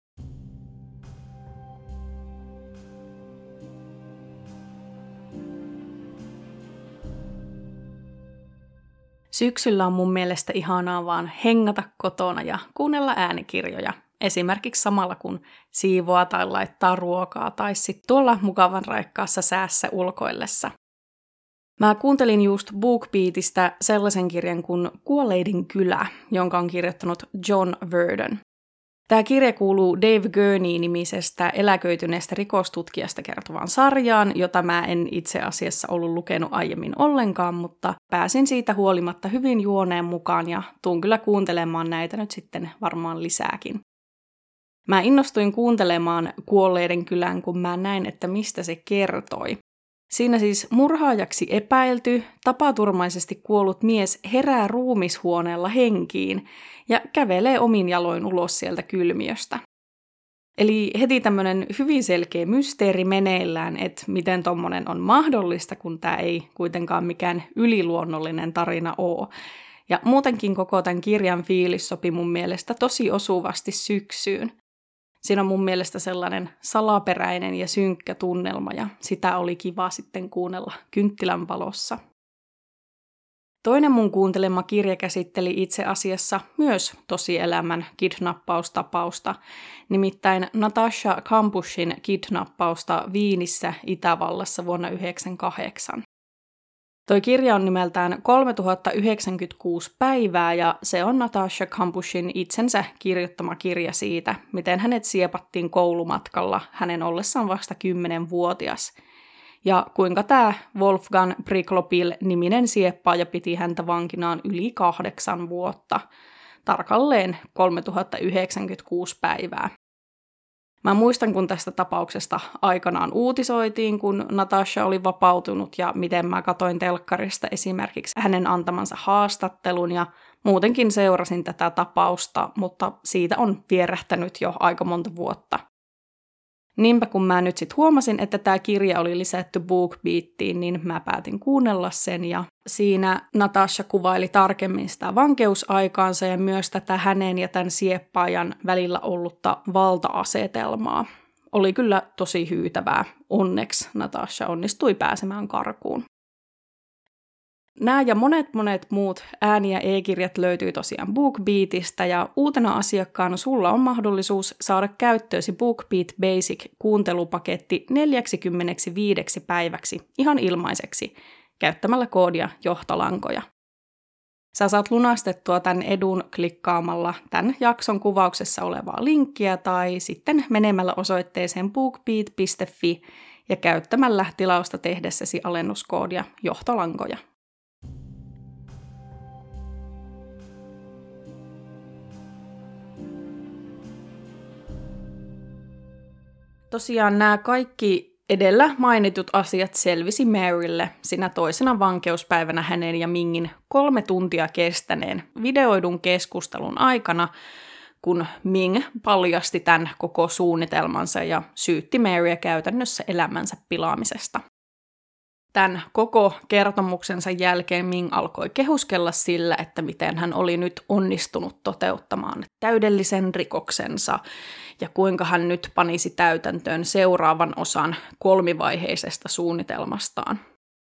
Syksyllä on mun mielestä ihanaa vaan hengata kotona ja kuunnella äänikirjoja. Esimerkiksi samalla kun siivoaa tai laittaa ruokaa tai sitten tuolla mukavan raikkaassa säässä ulkoillessa. Mä kuuntelin just BookBeatista sellaisen kirjan kuin Kuolleiden kylä, jonka on kirjoittanut John Verdon. Tämä kirja kuuluu Dave Gurney-nimisestä eläköityneestä rikostutkijasta kertovaan sarjaan, jota mä en itse asiassa ollut lukenut aiemmin ollenkaan, mutta pääsin siitä huolimatta hyvin juoneen mukaan ja tuun kyllä kuuntelemaan näitä nyt sitten varmaan lisääkin. Mä innostuin kuuntelemaan Kuolleiden kylän, kun mä näin, että mistä se kertoi. Siinä siis murhaajaksi epäilty, tapaturmaisesti kuollut mies herää ruumishuoneella henkiin ja kävelee omin jaloin ulos sieltä kylmiöstä. Eli heti tämmöinen hyvin selkeä mysteeri meneillään, että miten tommonen on mahdollista, kun tämä ei kuitenkaan mikään yliluonnollinen tarina ole. Ja muutenkin koko tämän kirjan fiilis sopi mun mielestä tosi osuvasti syksyyn. Siinä on mun mielestä sellainen salaperäinen ja synkkä tunnelma ja sitä oli kiva sitten kuunnella kynttilän valossa. Toinen mun kuuntelema kirja käsitteli itse asiassa myös tosielämän kidnappaustapausta, nimittäin Natasha Kampushin kidnappausta Viinissä Itävallassa vuonna 1998. Toi kirja on nimeltään 3096 päivää ja se on Natasha Kampushin itsensä kirjoittama kirja siitä, miten hänet siepattiin koulumatkalla hänen ollessaan vasta 10-vuotias. Ja kuinka tämä Wolfgang Priklopil-niminen sieppaaja piti häntä vankinaan yli 8 vuotta, tarkalleen 3096 päivää. Mä muistan, kun tästä tapauksesta aikanaan uutisoitiin, kun Natasha oli vapautunut ja miten mä katoin telkkarista esimerkiksi hänen antamansa haastattelun ja muutenkin seurasin tätä tapausta, mutta siitä on vierähtänyt jo aika monta vuotta. Niinpä kun mä nyt sit huomasin, että tämä kirja oli lisätty BookBeatiin, niin mä päätin kuunnella sen ja siinä Natasha kuvaili tarkemmin sitä vankeusaikaansa ja myös tätä hänen ja tämän sieppaajan välillä ollutta valta-asetelmaa. Oli kyllä tosi hyytävää. Onneksi Natasha onnistui pääsemään karkuun. Nämä ja monet muut ääni- ja e-kirjat löytyy tosiaan BookBeatista ja uutena asiakkaana sulla on mahdollisuus saada käyttöösi BookBeat Basic-kuuntelupaketti 45 päiväksi ihan ilmaiseksi käyttämällä koodia johtolankoja. Sä saat lunastettua tämän edun klikkaamalla tämän jakson kuvauksessa olevaa linkkiä tai sitten menemällä osoitteeseen bookbeat.fi ja käyttämällä tilausta tehdessäsi alennuskoodia johtolankoja. Tosiaan nämä kaikki edellä mainitut asiat selvisi Marylle sinä toisena vankeuspäivänä hänen ja Mingin 3 tuntia kestäneen videoidun keskustelun aikana, kun Ming paljasti tämän koko suunnitelmansa ja syytti Maryä käytännössä elämänsä pilaamisesta. Tämän koko kertomuksensa jälkeen Ming alkoi kehuskella sillä, että miten hän oli nyt onnistunut toteuttamaan täydellisen rikoksensa ja kuinka hän nyt panisi täytäntöön seuraavan osan 3-vaiheisesta suunnitelmastaan.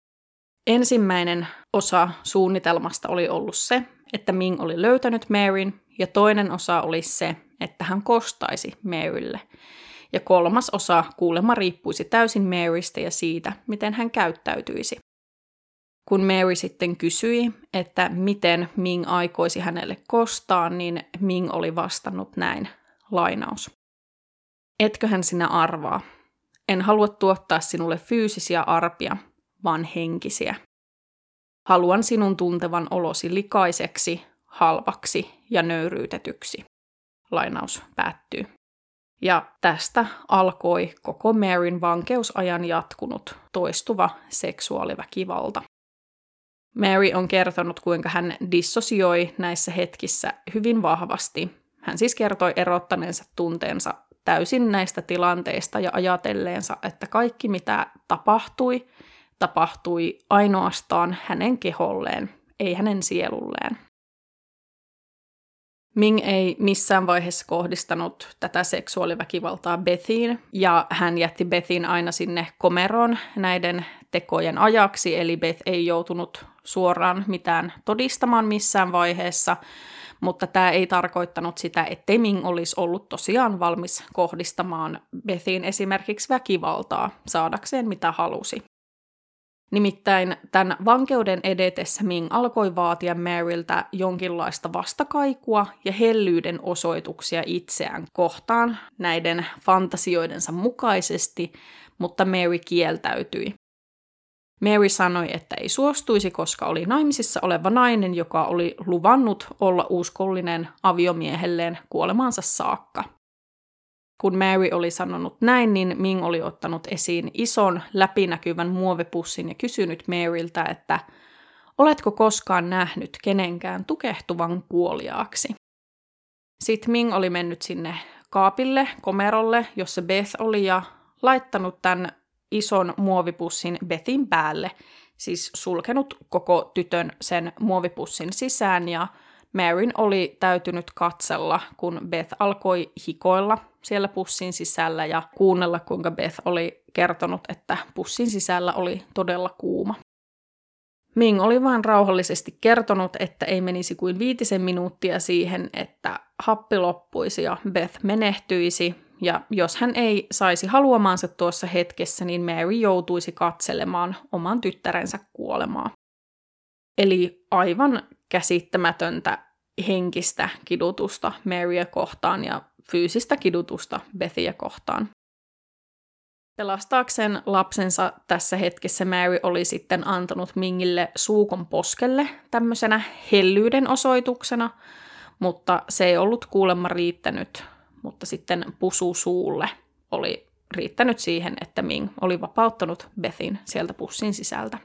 Ensimmäinen osa suunnitelmasta oli ollut se, että Ming oli löytänyt Maryn, ja toinen osa oli se, että hän kostaisi Marylle. Ja kolmas osa kuulemma riippuisi täysin Marystä ja siitä, miten hän käyttäytyisi. Kun Mary sitten kysyi, että miten Ming aikoisi hänelle kostaa, niin Ming oli vastannut näin, lainaus. Etköhän sinä arvaa? En halua tuottaa sinulle fyysisiä arpia, vaan henkisiä. Haluan sinun tuntevan olosi likaiseksi, halvaksi ja nöyryytetyksi. Lainaus päättyy. Ja tästä alkoi koko Maryn vankeusajan jatkunut toistuva seksuaaliväkivalta. Mary on kertonut, kuinka hän dissosioi näissä hetkissä hyvin vahvasti. Hän siis kertoi erottaneensa tunteensa täysin näistä tilanteista ja ajatelleensa, että kaikki mitä tapahtui ainoastaan hänen keholleen, ei hänen sielulleen. Ming ei missään vaiheessa kohdistanut tätä seksuaaliväkivaltaa Bethiin, ja hän jätti Bethin aina sinne komeroon näiden tekojen ajaksi, eli Beth ei joutunut suoraan mitään todistamaan missään vaiheessa, mutta tämä ei tarkoittanut sitä, ettei Ming olisi ollut tosiaan valmis kohdistamaan Bethiin esimerkiksi väkivaltaa saadakseen mitä halusi. Nimittäin tämän vankeuden edetessä Ming alkoi vaatia Maryltä jonkinlaista vastakaikua ja hellyyden osoituksia itseään kohtaan näiden fantasioidensa mukaisesti, mutta Mary kieltäytyi. Mary sanoi, että ei suostuisi, koska oli naimisissa oleva nainen, joka oli luvannut olla uskollinen aviomiehelleen kuolemaansa saakka. Kun Mary oli sanonut näin, niin Ming oli ottanut esiin ison läpinäkyvän muovipussin ja kysynyt Maryltä, että oletko koskaan nähnyt kenenkään tukehtuvan kuoliaaksi? Sitten Ming oli mennyt sinne kaapille, komerolle, jossa Beth oli, ja laittanut tämän ison muovipussin Bethin päälle, siis sulkenut koko tytön sen muovipussin sisään, ja Maryn oli täytynyt katsella, kun Beth alkoi hikoilla siellä pussin sisällä ja kuunnella, kuinka Beth oli kertonut, että pussin sisällä oli todella kuuma. Ming oli vain rauhallisesti kertonut, että ei menisi kuin 5 minuuttia siihen, että happi loppuisi ja Beth menehtyisi, ja jos hän ei saisi haluamaansa tuossa hetkessä, niin Mary joutuisi katselemaan oman tyttärensä kuolemaa. Eli aivan käsittämätöntä henkistä kidutusta Maryä kohtaan ja fyysistä kidutusta Bethia kohtaan. Pelastaakseen lapsensa tässä hetkessä Mary oli sitten antanut Mingille suukon poskelle tämmöisenä hellyyden osoituksena, mutta se ei ollut kuulemma riittänyt, mutta sitten pusu suulle oli riittänyt siihen, että Ming oli vapauttanut Bethin sieltä pussin sisältä.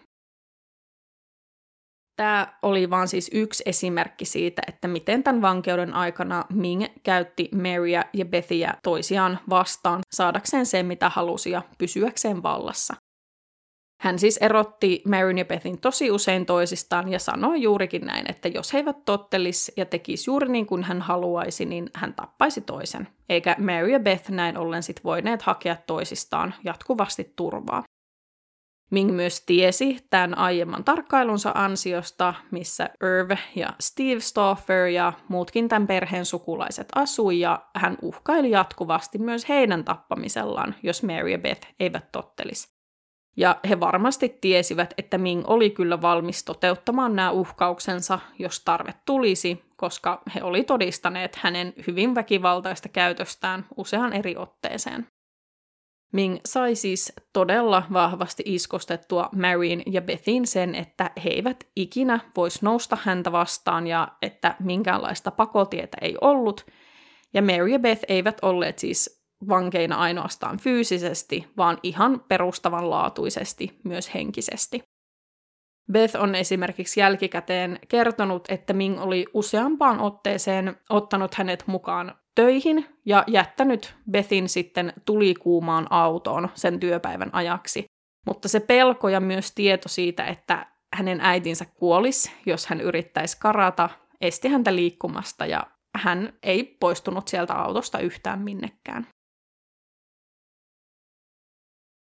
Tämä oli vaan siis yksi esimerkki siitä, että miten tämän vankeuden aikana Ming käytti Maryä ja Bethia toisiaan vastaan saadakseen sen, mitä halusi ja pysyäkseen vallassa. Hän siis erotti Maryn ja Bethin tosi usein toisistaan ja sanoi juurikin näin, että jos he eivät tottelisi ja tekisi juuri niin kuin hän haluaisi, niin hän tappaisi toisen. Eikä Mary ja Beth näin ollen sit voineet hakea toisistaan jatkuvasti turvaa. Ming myös tiesi tämän aiemman tarkkailunsa ansiosta, missä Irv ja Steve Stauffer ja muutkin tämän perheen sukulaiset asui, ja hän uhkaili jatkuvasti myös heidän tappamisellaan, jos Mary ja Beth eivät tottelisi. Ja he varmasti tiesivät, että Ming oli kyllä valmis toteuttamaan nämä uhkauksensa, jos tarve tulisi, koska he oli todistaneet hänen hyvin väkivaltaista käytöstään useaan eri otteeseen. Ming sai siis todella vahvasti iskostettua Maryn ja Bethin sen, että he eivät ikinä voisi nousta häntä vastaan ja että minkäänlaista pakotietä ei ollut. Ja Mary ja Beth eivät olleet siis vankeina ainoastaan fyysisesti, vaan ihan perustavanlaatuisesti myös henkisesti. Beth on esimerkiksi jälkikäteen kertonut, että Ming oli useampaan otteeseen ottanut hänet mukaan töihin ja jättänyt Bethin sitten tulikuumaan autoon sen työpäivän ajaksi. Mutta se pelko ja myös tieto siitä, että hänen äitinsä kuolisi, jos hän yrittäisi karata, esti häntä liikkumasta ja hän ei poistunut sieltä autosta yhtään minnekään.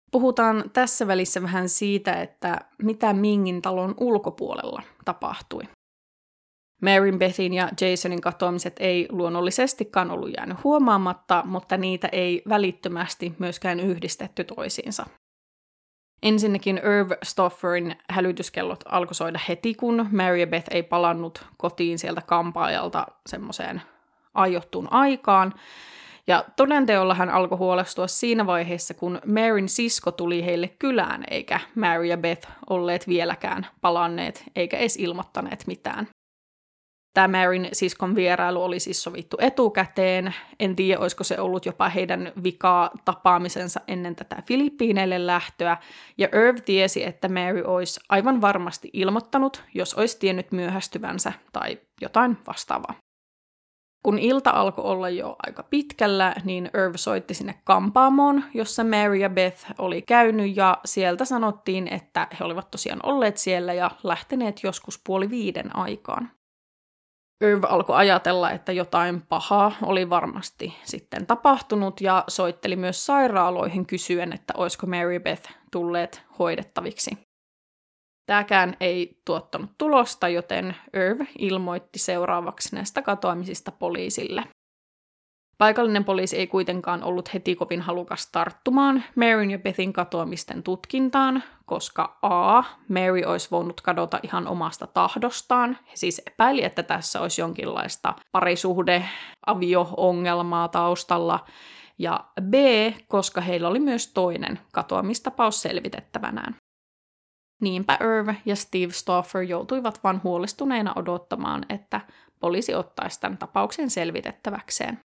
Puhutaan tässä välissä vähän siitä, että mitä Mingin talon ulkopuolella tapahtui. Mary Bethin ja Jasonin katoamiset ei luonnollisestikaan ollut jäänyt huomaamatta, mutta niitä ei välittömästi myöskään yhdistetty toisiinsa. Ensinnäkin Irv Stofferin hälytyskellot alkoi soida heti, kun Mary ja Beth ei palannut kotiin sieltä kampaajalta semmoiseen aiottuun aikaan. Ja todenteolla hän alkoi huolestua siinä vaiheessa, kun Maryn sisko tuli heille kylään, eikä Mary ja Beth olleet vieläkään palanneet, eikä edes ilmoittaneet mitään. Tämä Maryn siskon vierailu oli siis sovittu etukäteen. En tiedä, olisiko se ollut jopa heidän vikaa tapaamisensa ennen tätä Filippiineille lähtöä. Ja Irv tiesi, että Mary olisi aivan varmasti ilmoittanut, jos olisi tiennyt myöhästyvänsä tai jotain vastaavaa. Kun ilta alkoi olla jo aika pitkällä, niin Irv soitti sinne kampaamoon, jossa Mary ja Beth oli käynyt, ja sieltä sanottiin, että he olivat tosiaan olleet siellä ja lähteneet joskus 4:30 aikaan. Irv alkoi ajatella, että jotain pahaa oli varmasti sitten tapahtunut, ja soitteli myös sairaaloihin kysyen, että olisiko Mary ja Beth tulleet hoidettaviksi. Tämäkään ei tuottanut tulosta, joten Irv ilmoitti seuraavaksi näistä katoamisista poliisille. Paikallinen poliisi ei kuitenkaan ollut heti kovin halukas tarttumaan Maryn ja Bethin katoamisten tutkintaan, koska a. Mary olisi voinut kadota ihan omasta tahdostaan. He siis epäili, että tässä olisi jonkinlaista parisuhde-avio-ongelmaa taustalla, ja b. koska heillä oli myös toinen katoamistapaus selvitettävänään. Niinpä Irv ja Steve Stoffer joutuivat vain huolestuneina odottamaan, että poliisi ottaisi tämän tapauksen selvitettäväkseen.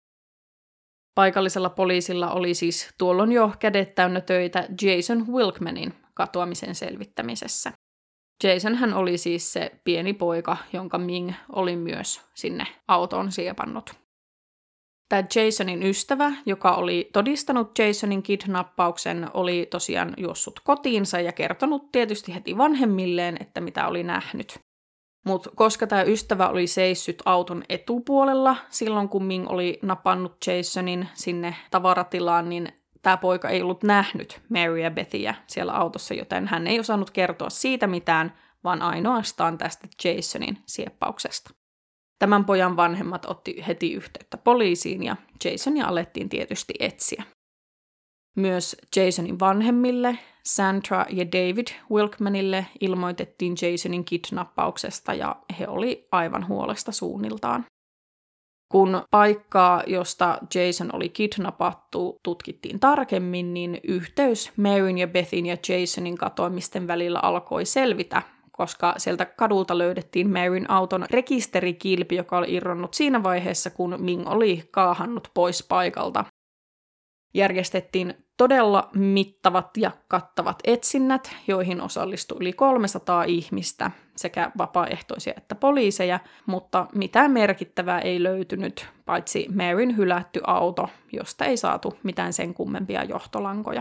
Paikallisella poliisilla oli siis tuolloin jo kädet täynnä töitä Jason Wilkmanin katoamisen selvittämisessä. Jason hän oli siis se pieni poika, jonka Ming oli myös sinne autoon siepannut. Tämä Jasonin ystävä, joka oli todistanut Jasonin kidnappauksen, oli tosiaan juossut kotiinsa ja kertonut tietysti heti vanhemmilleen, että mitä oli nähnyt. Mutta koska tämä ystävä oli seissyt auton etupuolella silloin, kun Ming oli napannut Jasonin sinne tavaratilaan, niin tämä poika ei ollut nähnyt Mary ja Bethia siellä autossa, joten hän ei osannut kertoa siitä mitään, vaan ainoastaan tästä Jasonin sieppauksesta. Tämän pojan vanhemmat otti heti yhteyttä poliisiin ja Jasonia alettiin tietysti etsiä. Myös Jasonin vanhemmille, Sandra ja David Wilkmanille ilmoitettiin Jasonin kidnappauksesta ja he oli aivan huolesta suunniltaan. Kun paikkaa, josta Jason oli kidnappattu, tutkittiin tarkemmin, niin yhteys Maryn ja Bethin ja Jasonin katoamisten välillä alkoi selvitä, koska sieltä kadulta löydettiin Maryn auton rekisterikilpi, joka oli irronnut siinä vaiheessa, kun Ming oli kaahannut pois paikalta. Järjestettiin todella mittavat ja kattavat etsinnät, joihin osallistui yli 300 ihmistä, sekä vapaaehtoisia että poliiseja, mutta mitään merkittävää ei löytynyt, paitsi Maryn hylätty auto, josta ei saatu mitään sen kummempia johtolankoja.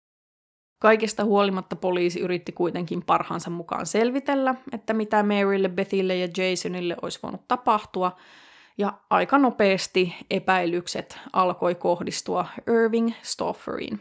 Kaikesta huolimatta poliisi yritti kuitenkin parhaansa mukaan selvitellä, että mitä Marylle, Bethille ja Jasonille olisi voinut tapahtua, ja aika nopeasti epäilykset alkoi kohdistua Irving Stofferiin.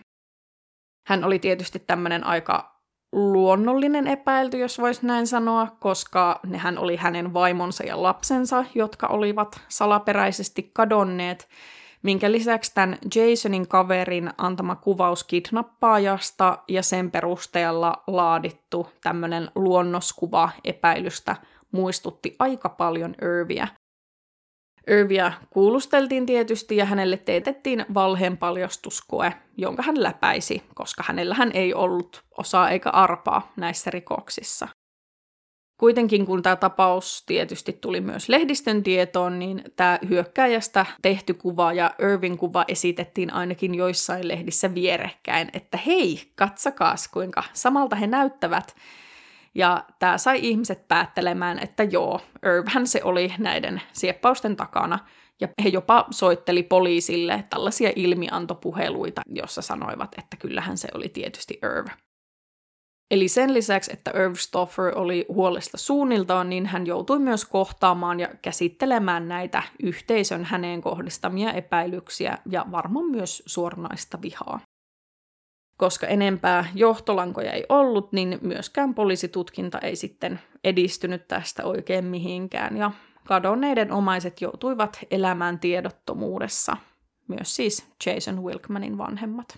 Hän oli tietysti tämmöinen aika luonnollinen epäilty, jos voisi näin sanoa, koska nehän oli hänen vaimonsa ja lapsensa, jotka olivat salaperäisesti kadonneet, minkä lisäksi tämän Jasonin kaverin antama kuvaus kidnappaajasta ja sen perusteella laadittu tämmöinen luonnoskuva epäilystä muistutti aika paljon Irviä. Irviä kuulusteltiin tietysti ja hänelle teetettiin valheenpaljastuskoe, jonka hän läpäisi, koska hänellähän ei ollut osaa eikä arpaa näissä rikoksissa. Kuitenkin kun tämä tapaus tietysti tuli myös lehdistön tietoon, niin tämä hyökkääjästä tehty kuva ja Irvin kuva esitettiin ainakin joissain lehdissä vierekkäin, että hei, katsokaas kuinka samalta he näyttävät. Ja tämä sai ihmiset päättelemään, että joo, Irvhän se oli näiden sieppausten takana. Ja he jopa soitteli poliisille tällaisia ilmiantopuheluita, jossa sanoivat, että kyllähän se oli tietysti Irv. Eli sen lisäksi, että Irv Stoffer oli huolesta suunniltaan, niin hän joutui myös kohtaamaan ja käsittelemään näitä yhteisön häneen kohdistamia epäilyksiä ja varmaan myös suoranaista vihaa. Koska enempää johtolankoja ei ollut, niin myöskään poliisitutkinta ei sitten edistynyt tästä oikein mihinkään, ja kadonneiden omaiset joutuivat elämään tiedottomuudessa, myös siis Jason Wilkmanin vanhemmat.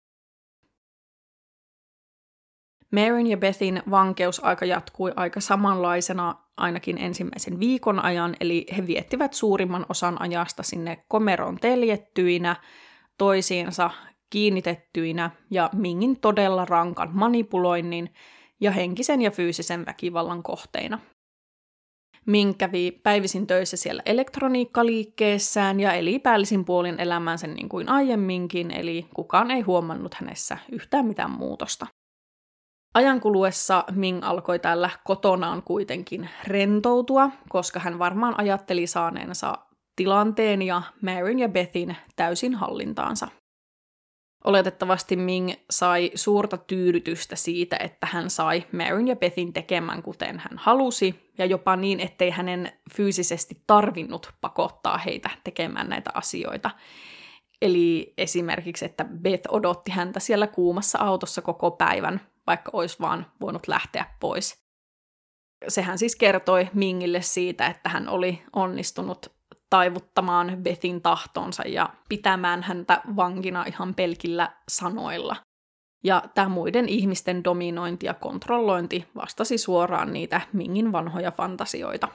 Maryn ja Bethin vankeusaika jatkui aika samanlaisena ainakin ensimmäisen viikon ajan, eli he viettivät suurimman osan ajasta sinne komeroon teljettyinä, toisiinsa kiinnitettyinä ja Mingin todella rankan manipuloinnin ja henkisen ja fyysisen väkivallan kohteina. Ming kävi päivisin töissä siellä elektroniikkaliikkeessään ja eli päällisin puolin elämäänsä niin kuin aiemminkin, eli kukaan ei huomannut hänessä yhtään mitään muutosta. Ajan kuluessa Ming alkoi täällä kotonaan kuitenkin rentoutua, koska hän varmaan ajatteli saaneensa tilanteen ja Maryn ja Bethin täysin hallintaansa. Oletettavasti Ming sai suurta tyydytystä siitä, että hän sai Maryn ja Bethin tekemään kuten hän halusi, ja jopa niin, ettei hänen fyysisesti tarvinnut pakottaa heitä tekemään näitä asioita. Eli esimerkiksi, että Beth odotti häntä siellä kuumassa autossa koko päivän, vaikka olisi vaan voinut lähteä pois. Sehän siis kertoi Mingille siitä, että hän oli onnistunut taivuttamaan Bethin tahtonsa ja pitämään häntä vankina ihan pelkillä sanoilla. Ja tämä muiden ihmisten dominointi ja kontrollointi vastasi suoraan niitä Mingin vanhoja fantasioita.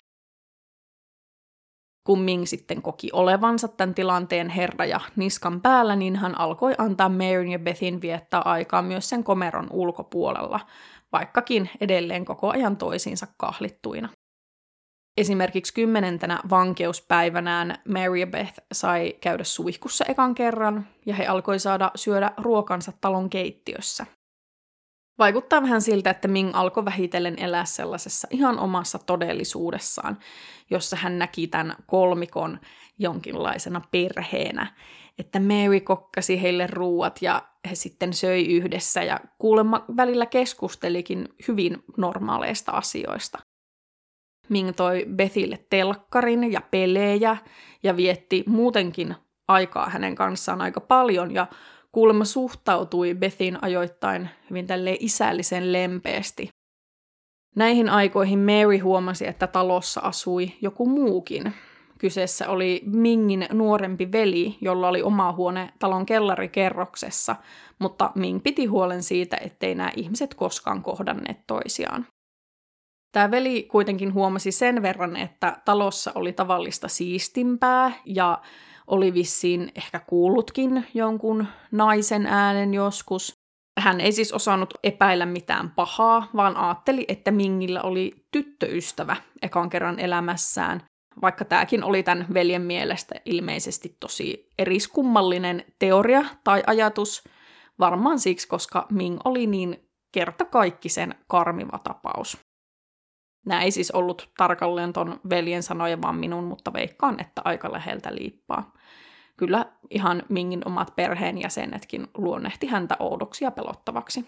Kun Ming sitten koki olevansa tämän tilanteen herra ja niskan päällä, niin hän alkoi antaa Maryn ja Bethin viettää aikaa myös sen komeron ulkopuolella, vaikkakin edelleen koko ajan toisiinsa kahlittuina. Esimerkiksi 10. vankeuspäivänään Mary ja Beth sai käydä suihkussa ekan kerran, ja he alkoi saada syödä ruokansa talon keittiössä. Vaikuttaa vähän siltä, että Ming alkoi vähitellen elää sellaisessa ihan omassa todellisuudessaan, jossa hän näki tämän kolmikon jonkinlaisena perheenä, että Mary kokkasi heille ruuat ja he sitten söi yhdessä ja kuulemma välillä keskustelikin hyvin normaaleista asioista. Ming toi Bethille telkkarin ja pelejä ja vietti muutenkin aikaa hänen kanssaan aika paljon ja kuulemma suhtautui Bethin ajoittain hyvin tälleen isällisen lempeästi. Näihin aikoihin Mary huomasi, että talossa asui joku muukin. Kyseessä oli Mingin nuorempi veli, jolla oli oma huone talon kellarikerroksessa, mutta Ming piti huolen siitä, ettei nämä ihmiset koskaan kohdanneet toisiaan. Tämä veli kuitenkin huomasi sen verran, että talossa oli tavallista siistimpää ja oli vissiin ehkä kuullutkin jonkun naisen äänen joskus. Hän ei siis osannut epäillä mitään pahaa, vaan ajatteli, että Mingillä oli tyttöystävä ekan kerran elämässään, vaikka tämäkin oli tämän veljen mielestä ilmeisesti tosi eriskummallinen teoria tai ajatus, varmaan siksi, koska Ming oli niin kertakaikkisen karmiva tapaus. Nämä ei siis ollut tarkalleen ton veljen sanoja, vaan minun, mutta veikkaan, että aika läheltä liippaa. Kyllä ihan Mingin omat perheenjäsenetkin luonnehti häntä oudoksi ja pelottavaksi.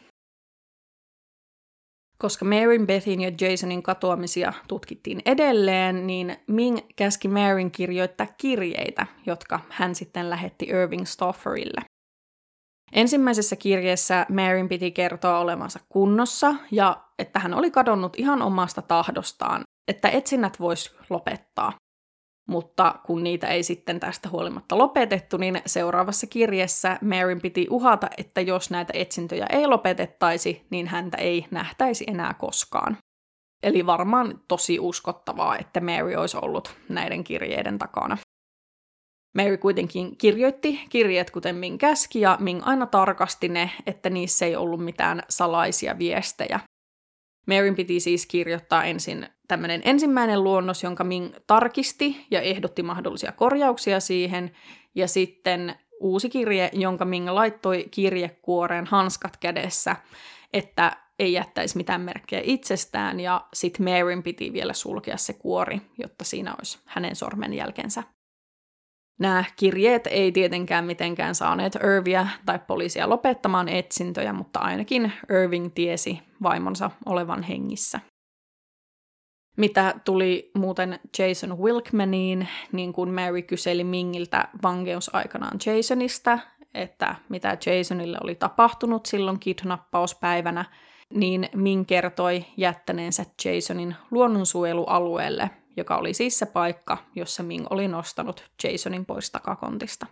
Koska Maryn, Bethin ja Jasonin katoamisia tutkittiin edelleen, niin Ming käski Maryn kirjoittaa kirjeitä, jotka hän sitten lähetti Irving Staufferille. Ensimmäisessä kirjeessä Maryn piti kertoa olevansa kunnossa ja että hän oli kadonnut ihan omasta tahdostaan, että etsinnät vois lopettaa. Mutta kun niitä ei sitten tästä huolimatta lopetettu, niin seuraavassa kirjeessä Maryn piti uhata, että jos näitä etsintöjä ei lopetettaisi, niin häntä ei nähtäisi enää koskaan. Eli varmaan tosi uskottavaa, että Mary olisi ollut näiden kirjeiden takana. Mary kuitenkin kirjoitti kirjeet kuten Ming käski, ja Ming aina tarkasti ne, että niissä ei ollut mitään salaisia viestejä. Maryn piti siis kirjoittaa ensin tämmöinen ensimmäinen luonnos, jonka Ming tarkisti ja ehdotti mahdollisia korjauksia siihen, ja sitten uusi kirje, jonka Ming laittoi kirjekuoreen hanskat kädessä, että ei jättäisi mitään merkkejä itsestään, ja sitten Maryn piti vielä sulkea se kuori, jotta siinä olisi hänen sormenjälkensä. Nämä kirjeet ei tietenkään mitenkään saaneet Irviä tai poliisia lopettamaan etsintöjä, mutta ainakin Irving tiesi vaimonsa olevan hengissä. Mitä tuli muuten Jason Wilkmaniin, niin kun Mary kyseli Mingiltä vankeusaikanaan Jasonista, että mitä Jasonille oli tapahtunut silloin kidnappauspäivänä, niin Ming kertoi jättäneensä Jasonin luonnonsuojelualueelle, joka oli siis se paikka, jossa Ming oli nostanut Jasonin pois takakontista.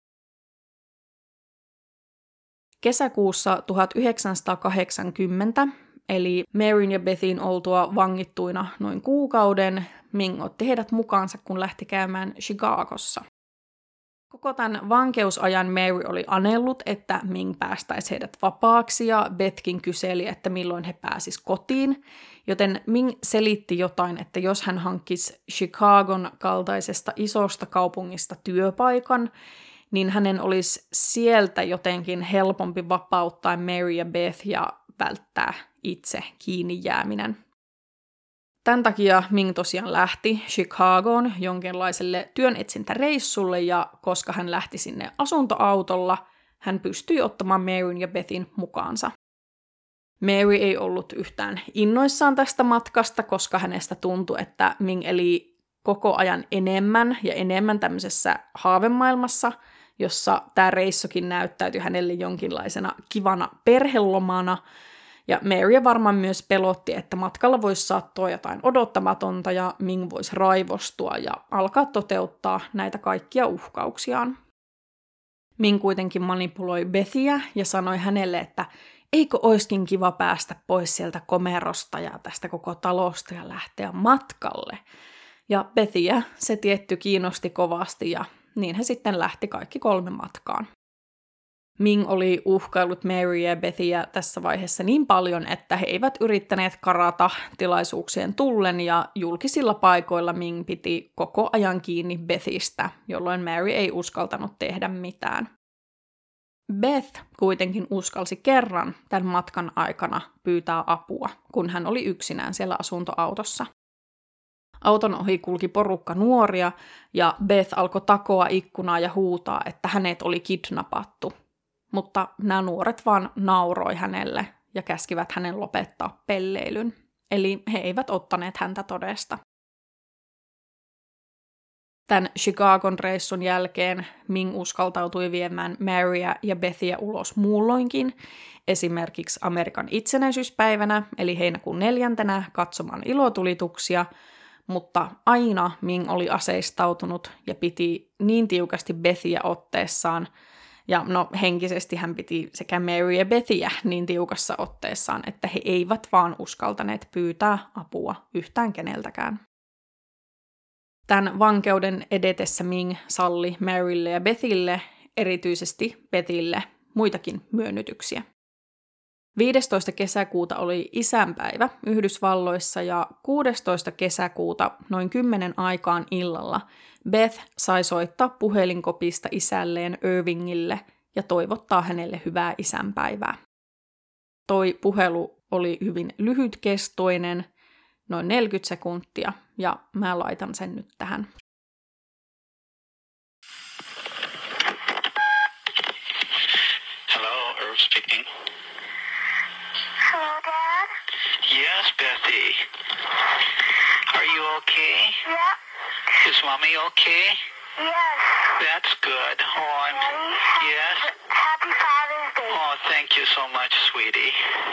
Kesäkuussa 1980, eli Maryn ja Bethin oltua vangittuina noin kuukauden, Ming otti heidät mukaansa, kun lähti käymään Chicagossa. Koko tämän vankeusajan Mary oli anellut, että Ming päästäisi heidät vapaaksi, ja Bethkin kyseli, että milloin he pääsis kotiin, joten Ming selitti jotain, että jos hän hankkisi Chicagon kaltaisesta isosta kaupungista työpaikan, niin hänen olisi sieltä jotenkin helpompi vapauttaa Mary ja Beth ja välttää itse kiinni jääminen. Tämän takia Ming tosiaan lähti Chicagoon jonkinlaiselle työnetsintäreissulle, ja koska hän lähti sinne asuntoautolla, hän pystyi ottamaan Maryn ja Bethin mukaansa. Mary ei ollut yhtään innoissaan tästä matkasta, koska hänestä tuntui, että Ming eli koko ajan enemmän ja enemmän tämmöisessä haavemaailmassa, jossa tämä reissukin näyttäytyi hänelle jonkinlaisena kivana perhelomana, ja Mary varmaan myös pelotti, että matkalla voisi sattua jotain odottamatonta ja Ming voisi raivostua ja alkaa toteuttaa näitä kaikkia uhkauksiaan. Ming kuitenkin manipuloi Bethiä ja sanoi hänelle, että eikö oiskin kiva päästä pois sieltä komerosta ja tästä koko talosta ja lähteä matkalle. Ja Bethiä se tietty kiinnosti kovasti ja niin he sitten lähti kaikki 3 matkaan. Ming oli uhkaillut Mary ja Bethiä tässä vaiheessa niin paljon, että he eivät yrittäneet karata tilaisuuksien tullen, ja julkisilla paikoilla Ming piti koko ajan kiinni Bethistä, jolloin Mary ei uskaltanut tehdä mitään. Beth kuitenkin uskalsi kerran tämän matkan aikana pyytää apua, kun hän oli yksinään siellä asuntoautossa. Auton ohi kulki porukka nuoria, ja Beth alkoi takoa ikkunaa ja huutaa, että hänet oli kidnappattu. Mutta nämä nuoret vaan nauroi hänelle ja käskivät hänen lopettaa pelleilyn. Eli he eivät ottaneet häntä todesta. Tämän Chicagon reissun jälkeen Ming uskaltautui viemään Maryä ja Bethia ulos muulloinkin, esimerkiksi Amerikan itsenäisyyspäivänä, eli heinäkuun 4. katsomaan ilotulituksia, mutta aina Ming oli aseistautunut ja piti niin tiukasti Bethia otteessaan, ja henkisesti hän piti sekä Mary ja Bethiä niin tiukassa otteessaan, että he eivät vaan uskaltaneet pyytää apua yhtään keneltäkään. Tämän vankeuden edetessä Ming salli Marylle ja Bethille, erityisesti Bethille, muitakin myönnytyksiä. 15. kesäkuuta oli isänpäivä Yhdysvalloissa, ja 16. kesäkuuta noin 10 aikaan illalla Beth sai soittaa puhelinkopista isälleen Irvingille ja toivottaa hänelle hyvää isänpäivää. Toi puhelu oli hyvin lyhytkestoinen, noin 40 sekuntia, ja mä laitan sen nyt tähän. Hello, Irv speaking. Hello, Dad? Yes, Bethy. Are you okay? Yeah. Is Mommy okay? Yes. That's good. Oh, Daddy? Yes? Happy Father's Day. Oh, thank you so much, sweetie.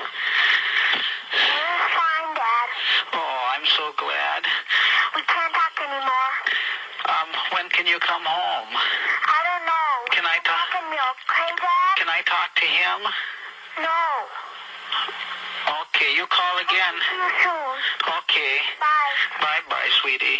We're fine, Dad. Oh, I'm so glad. We can't talk anymore. When can you come home? I don't know. Can I talk? Talking milk, okay, Dad? Can I talk to him? No. Okay, you call again. See you soon. Okay. Bye. Bye-bye, sweetie.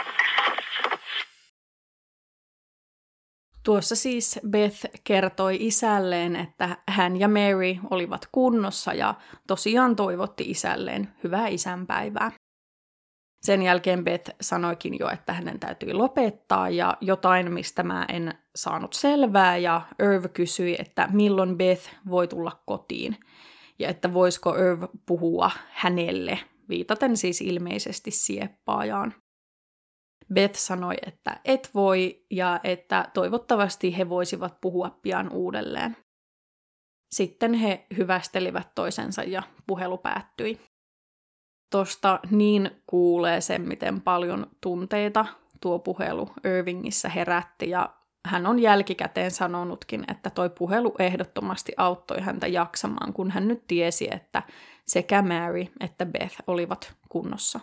Tuossa siis Beth kertoi isälleen, että hän ja Mary olivat kunnossa ja tosiaan toivotti isälleen hyvää isänpäivää. Sen jälkeen Beth sanoikin jo, että hänen täytyi lopettaa ja jotain, mistä mä en saanut selvää, ja Irv kysyi, että milloin Beth voi tulla kotiin ja että voisiko Irv puhua hänelle, viitaten siis ilmeisesti sieppaajaan. Beth sanoi, että et voi ja että toivottavasti he voisivat puhua pian uudelleen. Sitten he hyvästelivät toisensa ja puhelu päättyi. Tosta niin kuulee sen, miten paljon tunteita tuo puhelu Irvingissä herätti, ja hän on jälkikäteen sanonutkin, että toi puhelu ehdottomasti auttoi häntä jaksamaan, kun hän nyt tiesi, että sekä Mary että Beth olivat kunnossa.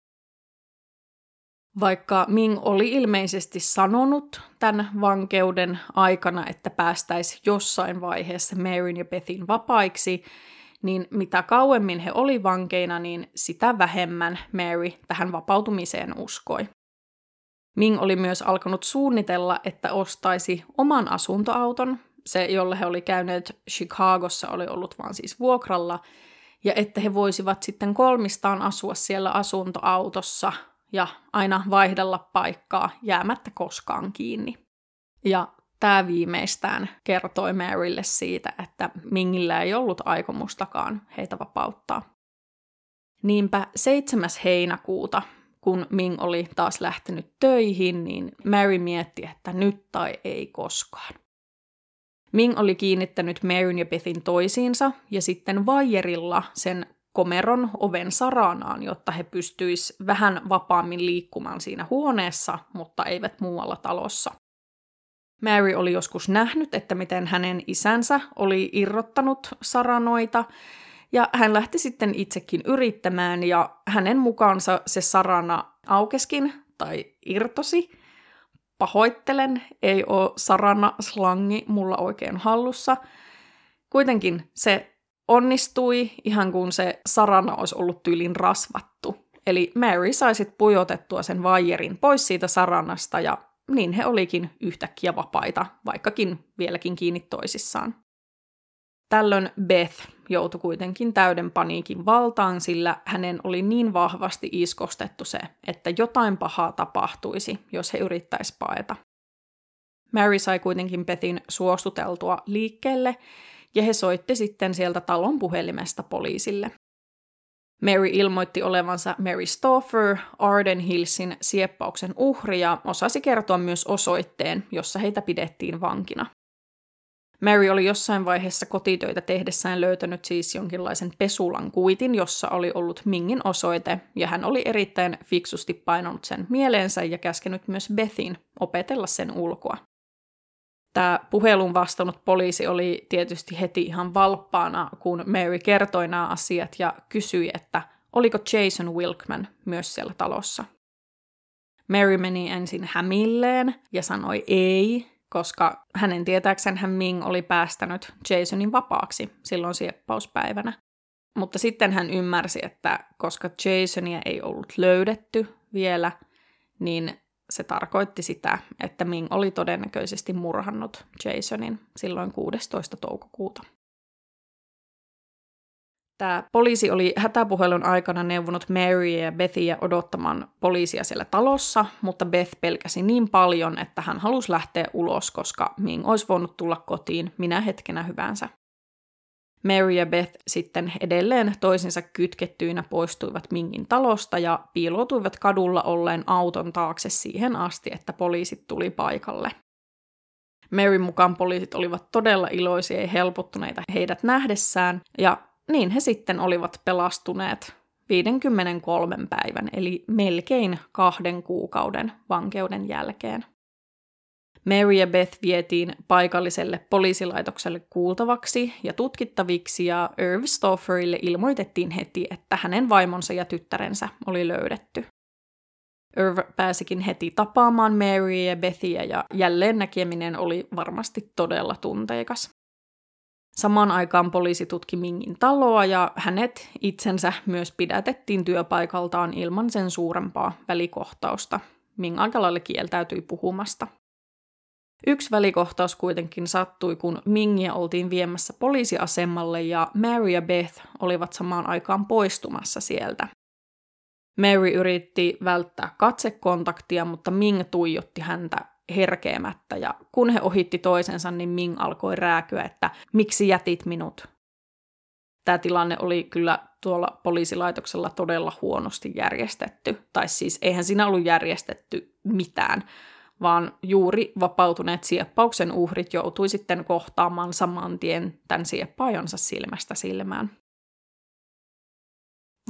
Vaikka Ming oli ilmeisesti sanonut tämän vankeuden aikana, että päästäisiin jossain vaiheessa Maryn ja Bethin vapaiksi, niin mitä kauemmin he oli vankeina, niin sitä vähemmän Mary tähän vapautumiseen uskoi. Ming oli myös alkanut suunnitella, että ostaisi oman asuntoauton, se jolle he oli käyneet Chicagossa oli ollut vaan siis vuokralla, ja että he voisivat sitten kolmistaan asua siellä asuntoautossa ja aina vaihdella paikkaa jäämättä koskaan kiinni. Ja tämä viimeistään kertoi Marylle siitä, että Mingillä ei ollut aikomustakaan heitä vapauttaa. Niinpä 7. heinäkuuta, kun Ming oli taas lähtenyt töihin, niin Mary mietti, että nyt tai ei koskaan. Ming oli kiinnittänyt Maryn ja Bethin toisiinsa ja sitten vaijerilla sen komeron oven saranaan, jotta he pystyisivät vähän vapaammin liikkumaan siinä huoneessa, mutta eivät muualla talossa. Mary oli joskus nähnyt, että miten hänen isänsä oli irrottanut saranoita, ja hän lähti sitten itsekin yrittämään, ja hänen mukaansa se sarana aukeskin tai irtosi. Pahoittelen, ei ole sarana-slangi mulla oikein hallussa. Kuitenkin se onnistui ihan kuin se sarana olisi ollut tyylin rasvattu. Eli Mary sai sitten pujotettua sen vaijerin pois siitä saranasta, ja niin he olikin yhtäkkiä vapaita, vaikkakin vieläkin kiinni toisissaan. Tällöin Beth joutui kuitenkin täyden paniikin valtaan, sillä hänen oli niin vahvasti iskostettu se, että jotain pahaa tapahtuisi, jos he yrittäisi paeta. Mary sai kuitenkin Bethin suostuteltua liikkeelle, ja he soitti sitten sieltä talon puhelimesta poliisille. Mary ilmoitti olevansa Mary Stauffer, Arden Hillsin sieppauksen uhri, ja osasi kertoa myös osoitteen, jossa heitä pidettiin vankina. Mary oli jossain vaiheessa kotitöitä tehdessään löytänyt siis jonkinlaisen pesulan kuitin, jossa oli ollut Mingin osoite, ja hän oli erittäin fiksusti painanut sen mieleensä ja käskenyt myös Bethin opetella sen ulkoa. Tämä puhelun vastannut poliisi oli tietysti heti ihan valppaana, kun Mary kertoi nämä asiat ja kysyi, että oliko Jason Wilkman myös siellä talossa. Mary meni ensin hämilleen ja sanoi ei, koska hänen tietääkseen Ming oli päästänyt Jasonin vapaaksi silloin sieppauspäivänä. Mutta sitten hän ymmärsi, että koska Jasonia ei ollut löydetty vielä, niin se tarkoitti sitä, että Ming oli todennäköisesti murhannut Jasonin silloin 16. toukokuuta. Tämä poliisi oli hätäpuhelun aikana neuvonut Marya ja Bethia odottamaan poliisia siellä talossa, mutta Beth pelkäsi niin paljon, että hän halusi lähteä ulos, koska Ming olisi voinut tulla kotiin minä hetkenä hyvänsä. Mary ja Beth sitten edelleen toisinsa kytkettyinä poistuivat Mingin talosta ja piiloutuivat kadulla olleen auton taakse siihen asti, että poliisit tuli paikalle. Maryn mukaan poliisit olivat todella iloisia ja helpottuneita heidät nähdessään, ja niin he sitten olivat pelastuneet 53 päivän, eli melkein 2 kuukauden vankeuden jälkeen. Mary ja Beth vietiin paikalliselle poliisilaitokselle kuultavaksi ja tutkittaviksi, ja Irv Staufferille ilmoitettiin heti, että hänen vaimonsa ja tyttärensä oli löydetty. Irv pääsikin heti tapaamaan Marya ja Bethia, ja jälleen näkeminen oli varmasti todella tunteikas. Samaan aikaan poliisi tutki Mingin taloa, ja hänet itsensä myös pidätettiin työpaikaltaan ilman sen suurempaa välikohtausta. Ming aika lailla kieltäytyi puhumasta. Yksi välikohtaus kuitenkin sattui, kun Mingia oltiin viemässä poliisiasemalle ja Mary ja Beth olivat samaan aikaan poistumassa sieltä. Mary yritti välttää katsekontaktia, mutta Ming tuijotti häntä herkeämättä, ja kun he ohitti toisensa, niin Ming alkoi rääkyä, että miksi jätit minut? Tämä tilanne oli kyllä tuolla poliisilaitoksella todella huonosti järjestetty, tai siis eihän siinä ollut järjestetty mitään, vaan juuri vapautuneet sieppauksen uhrit joutui sitten kohtaamaan saman tien tämän sieppaajansa silmästä silmään.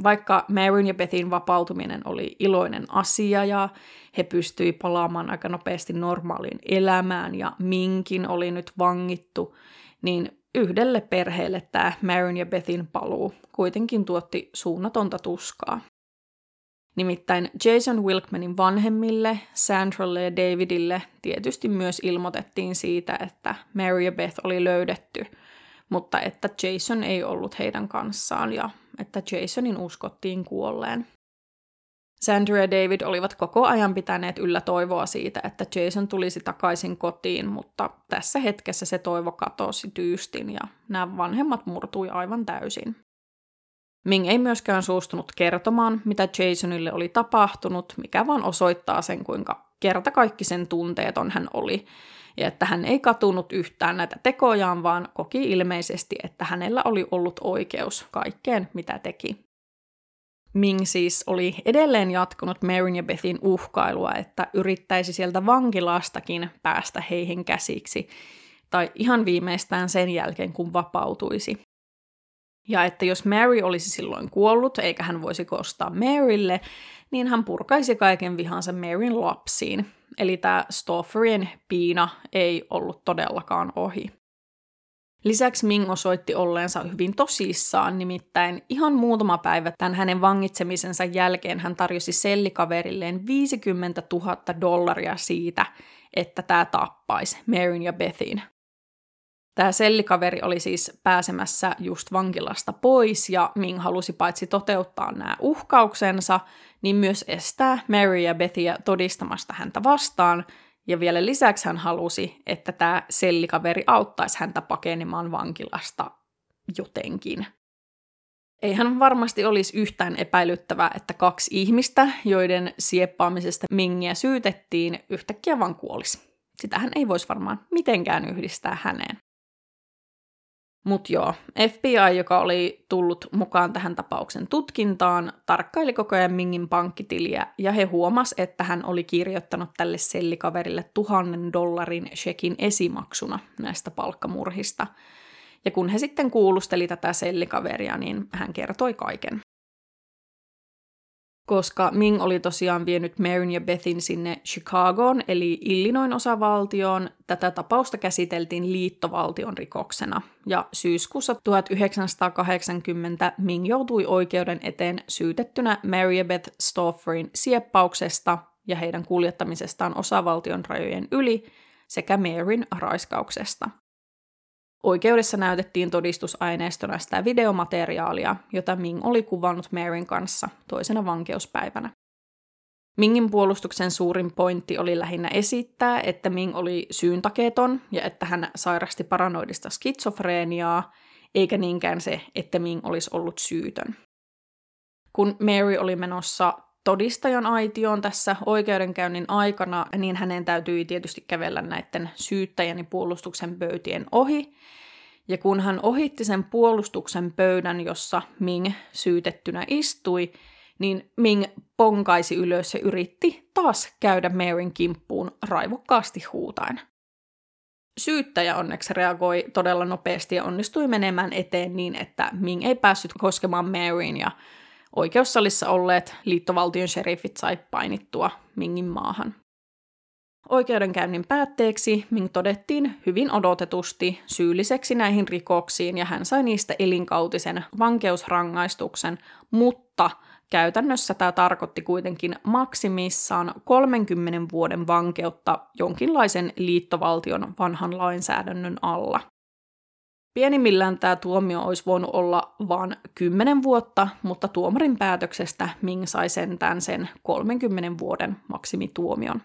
Vaikka Maryn ja Bethin vapautuminen oli iloinen asia ja he pystyivät palaamaan aika nopeasti normaaliin elämään ja Mingkin oli nyt vangittu, niin yhdelle perheelle tämä Maryn ja Bethin paluu kuitenkin tuotti suunnatonta tuskaa. Nimittäin Jason Wilkmanin vanhemmille, Sandralle ja Davidille tietysti myös ilmoitettiin siitä, että Mary ja Beth oli löydetty, mutta että Jason ei ollut heidän kanssaan ja että Jasonin uskottiin kuolleen. Sandra ja David olivat koko ajan pitäneet yllä toivoa siitä, että Jason tulisi takaisin kotiin, mutta tässä hetkessä se toivo katosi tyystin ja nämä vanhemmat murtui aivan täysin. Ming ei myöskään suostunut kertomaan, mitä Jasonille oli tapahtunut, mikä vaan osoittaa sen, kuinka kertakaikkisen tunteeton hän oli, ja että hän ei katunut yhtään näitä tekojaan, vaan koki ilmeisesti, että hänellä oli ollut oikeus kaikkeen, mitä teki. Ming siis oli edelleen jatkunut Maryn ja Bethin uhkailua, että yrittäisi sieltä vankilastakin päästä heihin käsiksi, tai ihan viimeistään sen jälkeen, kun vapautuisi. Ja että jos Mary olisi silloin kuollut, eikä hän voisi kostaa Marylle, niin hän purkaisi kaiken vihansa Maryn lapsiin. Eli tämä Stofferien piina ei ollut todellakaan ohi. Lisäksi Ming osoitti olleensa hyvin tosissaan, nimittäin ihan muutama päivä tämän hänen vangitsemisensa jälkeen hän tarjosi sellikaverilleen $50,000 siitä, että tämä tappaisi Maryn ja Bethin. Tämä sellikaveri oli siis pääsemässä just vankilasta pois ja Ming halusi paitsi toteuttaa nämä uhkauksensa, niin myös estää Mary ja Bethia todistamasta häntä vastaan. Ja vielä lisäksi hän halusi, että tämä sellikaveri auttaisi häntä pakenemaan vankilasta jotenkin. Eihän varmasti olisi yhtään epäilyttävää, että 2 ihmistä, joiden sieppaamisesta Mingiä syytettiin, yhtäkkiä vaan kuolisi. Sitähän ei voisi varmaan mitenkään yhdistää häneen. Mut joo, FBI, joka oli tullut mukaan tähän tapauksen tutkintaan, tarkkaili koko ajan Mingin pankkitiliä ja he huomas, että hän oli kirjoittanut tälle sellikaverille $1,000 shekin esimaksuna näistä palkkamurhista. Ja kun he sitten kuulusteli tätä sellikaveria, niin hän kertoi kaiken. Koska Ming oli tosiaan vienyt Maryn ja Bethin sinne Chicagoon, eli Illinoisin osavaltioon, tätä tapausta käsiteltiin liittovaltion rikoksena, ja syyskuussa 1980 Ming joutui oikeuden eteen syytettynä Mary ja Beth Stofferin sieppauksesta ja heidän kuljettamisestaan osavaltion rajojen yli sekä Maryn raiskauksesta. Oikeudessa näytettiin todistusaineistona sitä videomateriaalia, jota Ming oli kuvannut Maryn kanssa toisena vankeuspäivänä. Mingin puolustuksen suurin pointti oli lähinnä esittää, että Ming oli syyntakeeton ja että hän sairasti paranoidista skitsofreeniaa, eikä niinkään se, että Ming olisi ollut syytön. Kun Mary oli menossa todistajan aitioon tässä oikeudenkäynnin aikana, niin hänen täytyi tietysti kävellä näiden syyttäjän ja puolustuksen pöytien ohi. Ja kun hän ohitti sen puolustuksen pöydän, jossa Ming syytettynä istui, niin Ming ponkaisi ylös ja yritti taas käydä Maryn kimppuun raivokkaasti huutaen. Syyttäjä onneksi reagoi todella nopeasti ja onnistui menemään eteen niin, että Ming ei päässyt koskemaan Maryn ja oikeussalissa olleet liittovaltion sheriffit sai painittua Mingin maahan. Oikeudenkäynnin päätteeksi Ming todettiin hyvin odotetusti syylliseksi näihin rikoksiin ja hän sai niistä elinkautisen vankeusrangaistuksen, mutta käytännössä tämä tarkoitti kuitenkin maksimissaan 30 vuoden vankeutta jonkinlaisen liittovaltion vanhan lainsäädännön alla. Pienimmillään tämä tuomio olisi voinut olla vain 10 vuotta, mutta tuomarin päätöksestä Ming sai sentään sen 30 vuoden maksimituomion.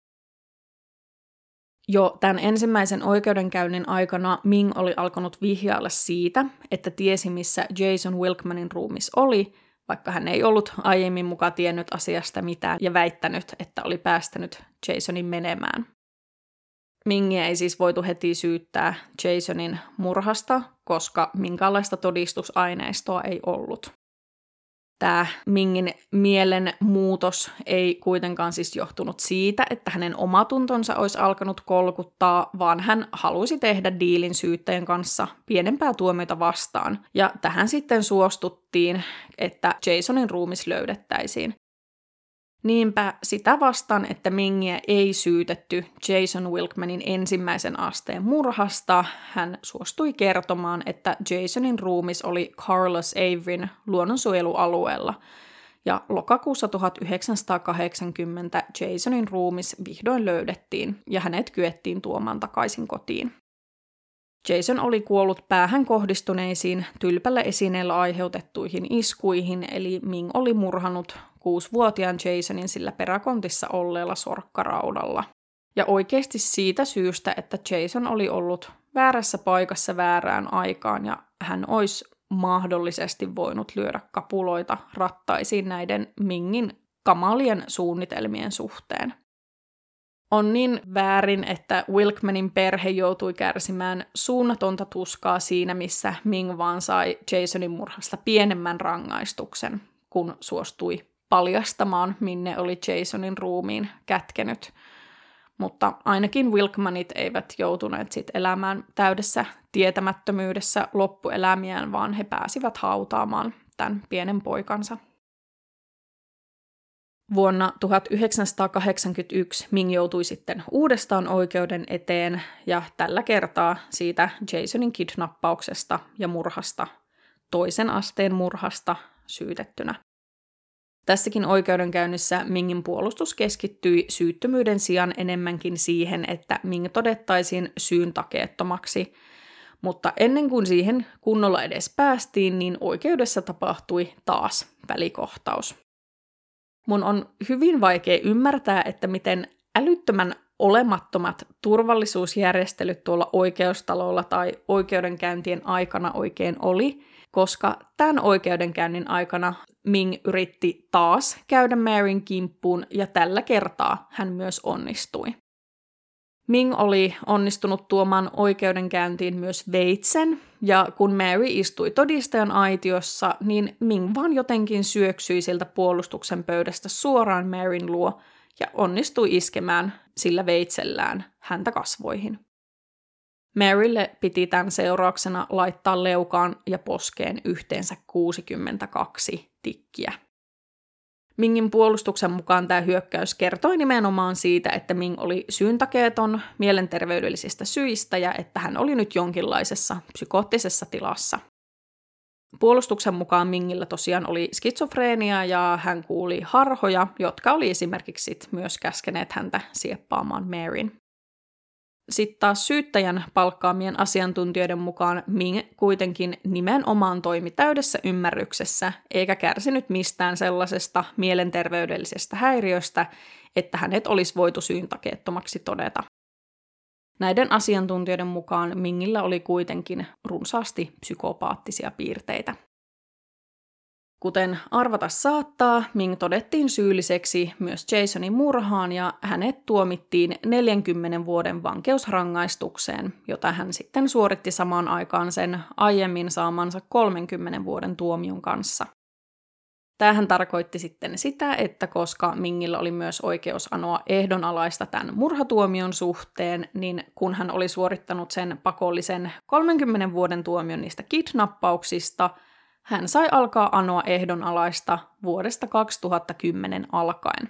Jo tämän ensimmäisen oikeudenkäynnin aikana Ming oli alkanut vihjailla siitä, että tiesi missä Jason Wilkmanin ruumis oli, vaikka hän ei ollut aiemmin muka tiennyt asiasta mitään ja väittänyt, että oli päästänyt Jasonin menemään. Mingiä ei siis voitu heti syyttää Jasonin murhasta, koska minkäänlaista todistusaineistoa ei ollut. Tämä Mingin mielenmuutos ei kuitenkaan siis johtunut siitä, että hänen omatuntonsa olisi alkanut kolkuttaa, vaan hän halusi tehdä diilin syyttäjän kanssa pienempää tuomiota vastaan. Ja tähän sitten suostuttiin, että Jasonin ruumis löydettäisiin. Niinpä sitä vastaan, että Mingiä ei syytetty Jason Wilkmanin ensimmäisen asteen murhasta, hän suostui kertomaan, että Jasonin ruumis oli Carlos Averyn luonnonsuojelualueella. Ja lokakuussa 1980 Jasonin ruumis vihdoin löydettiin ja hänet kyettiin tuomaan takaisin kotiin. Jason oli kuollut päähän kohdistuneisiin tylpällä esineellä aiheutettuihin iskuihin, eli Ming oli murhannut 6-vuotiaan Jasonin sillä peräkontissa olleella sorkkaraudalla. Ja oikeasti siitä syystä, että Jason oli ollut väärässä paikassa väärään aikaan ja hän olisi mahdollisesti voinut lyödä kapuloita rattaisiin näiden Mingin kamalien suunnitelmien suhteen. On niin väärin, että Wilkmanin perhe joutui kärsimään suunnatonta tuskaa siinä, missä Ming vaan sai Jasonin murhasta pienemmän rangaistuksen, kun suostui paljastamaan, minne oli Jasonin ruumiin kätkenyt. Mutta ainakin Wilkmanit eivät joutuneet sitten elämään täydessä tietämättömyydessä loppuelämiään, vaan he pääsivät hautaamaan tämän pienen poikansa. Vuonna 1981 Ming joutui sitten uudestaan oikeuden eteen ja tällä kertaa siitä Jasonin kidnappauksesta ja murhasta, toisen asteen murhasta syytettynä. Tässäkin oikeudenkäynnissä Mingin puolustus keskittyi syyttömyyden sijaan enemmänkin siihen, että Ming todettaisiin syyntakeettomaksi, mutta ennen kuin siihen kunnolla edes päästiin, niin oikeudessa tapahtui taas välikohtaus. Mun on hyvin vaikea ymmärtää, että miten älyttömän olemattomat turvallisuusjärjestelyt tuolla oikeustalolla tai oikeudenkäyntien aikana oikein oli, koska tämän oikeudenkäynnin aikana Ming yritti taas käydä Maryn kimppuun ja tällä kertaa hän myös onnistui. Ming oli onnistunut tuomaan oikeudenkäyntiin myös veitsen, ja kun Mary istui todistajan aitiossa, niin Ming vaan jotenkin syöksyi siltä puolustuksen pöydästä suoraan Maryn luo ja onnistui iskemään sillä veitsellään häntä kasvoihin. Marylle piti tämän seurauksena laittaa leukaan ja poskeen yhteensä 62 tikkiä. Mingin puolustuksen mukaan tämä hyökkäys kertoi nimenomaan siitä, että Ming oli syyntakeeton mielenterveydellisistä syistä ja että hän oli nyt jonkinlaisessa psykoottisessa tilassa. Puolustuksen mukaan Mingillä tosiaan oli skitsofreenia ja hän kuuli harhoja, jotka oli esimerkiksi myös käskeneet häntä sieppaamaan Maryn. Sitten taas syyttäjän palkkaamien asiantuntijoiden mukaan Ming kuitenkin nimenomaan toimi täydessä ymmärryksessä, eikä kärsinyt mistään sellaisesta mielenterveydellisestä häiriöstä, että hänet olisi voitu syyntakeettomaksi todeta. Näiden asiantuntijoiden mukaan Mingillä oli kuitenkin runsaasti psykopaattisia piirteitä. Kuten arvata saattaa, Ming todettiin syylliseksi myös Jasonin murhaan ja hänet tuomittiin 40 vuoden vankeusrangaistukseen, jota hän sitten suoritti samaan aikaan sen aiemmin saamansa 30 vuoden tuomion kanssa. Tämähän tarkoitti sitten sitä, että koska Mingillä oli myös oikeus anoa ehdonalaista tämän murhatuomion suhteen, niin kun hän oli suorittanut sen pakollisen 30 vuoden tuomion niistä kidnappauksista, hän sai alkaa anoa ehdonalaista vuodesta 2010 alkaen.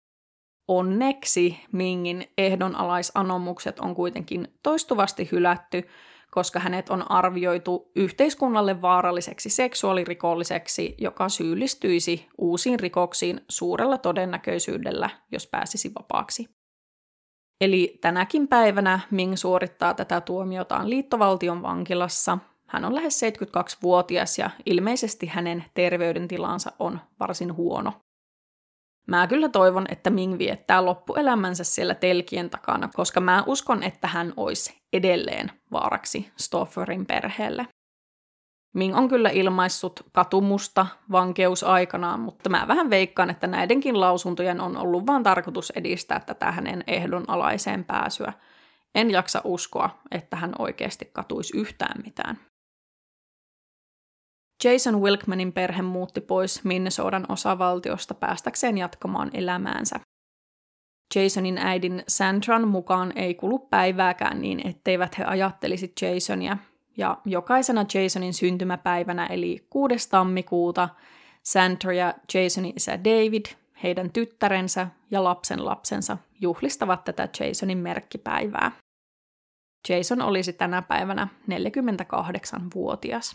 Onneksi Mingin ehdonalaisanomukset on kuitenkin toistuvasti hylätty, koska hänet on arvioitu yhteiskunnalle vaaralliseksi seksuaalirikolliseksi, joka syyllistyisi uusiin rikoksiin suurella todennäköisyydellä, jos pääsisi vapaaksi. Eli tänäkin päivänä Ming suorittaa tätä tuomiotaan liittovaltion vankilassa. Hän on lähes 72-vuotias ja ilmeisesti hänen terveydentilansa on varsin huono. Mä kyllä toivon, että Ming viettää loppuelämänsä siellä telkien takana, koska mä uskon, että hän olisi edelleen vaaraksi Stofferin perheelle. Ming on kyllä ilmaissut katumusta vankeusaikanaan, mutta mä vähän veikkaan, että näidenkin lausuntojen on ollut vaan tarkoitus edistää tätä hänen ehdonalaiseen pääsyä. En jaksa uskoa, että hän oikeasti katuisi yhtään mitään. Jason Wilkmanin perhe muutti pois Minnesotan osavaltiosta päästäkseen jatkamaan elämäänsä. Jasonin äidin Sandran mukaan ei kulu päivääkään niin, etteivät he ajattelisi Jasonia, ja jokaisena Jasonin syntymäpäivänä eli 6. tammikuuta Sandra ja Jasonin isä David, heidän tyttärensä ja lapsensa juhlistavat tätä Jasonin merkkipäivää. Jason olisi tänä päivänä 48-vuotias.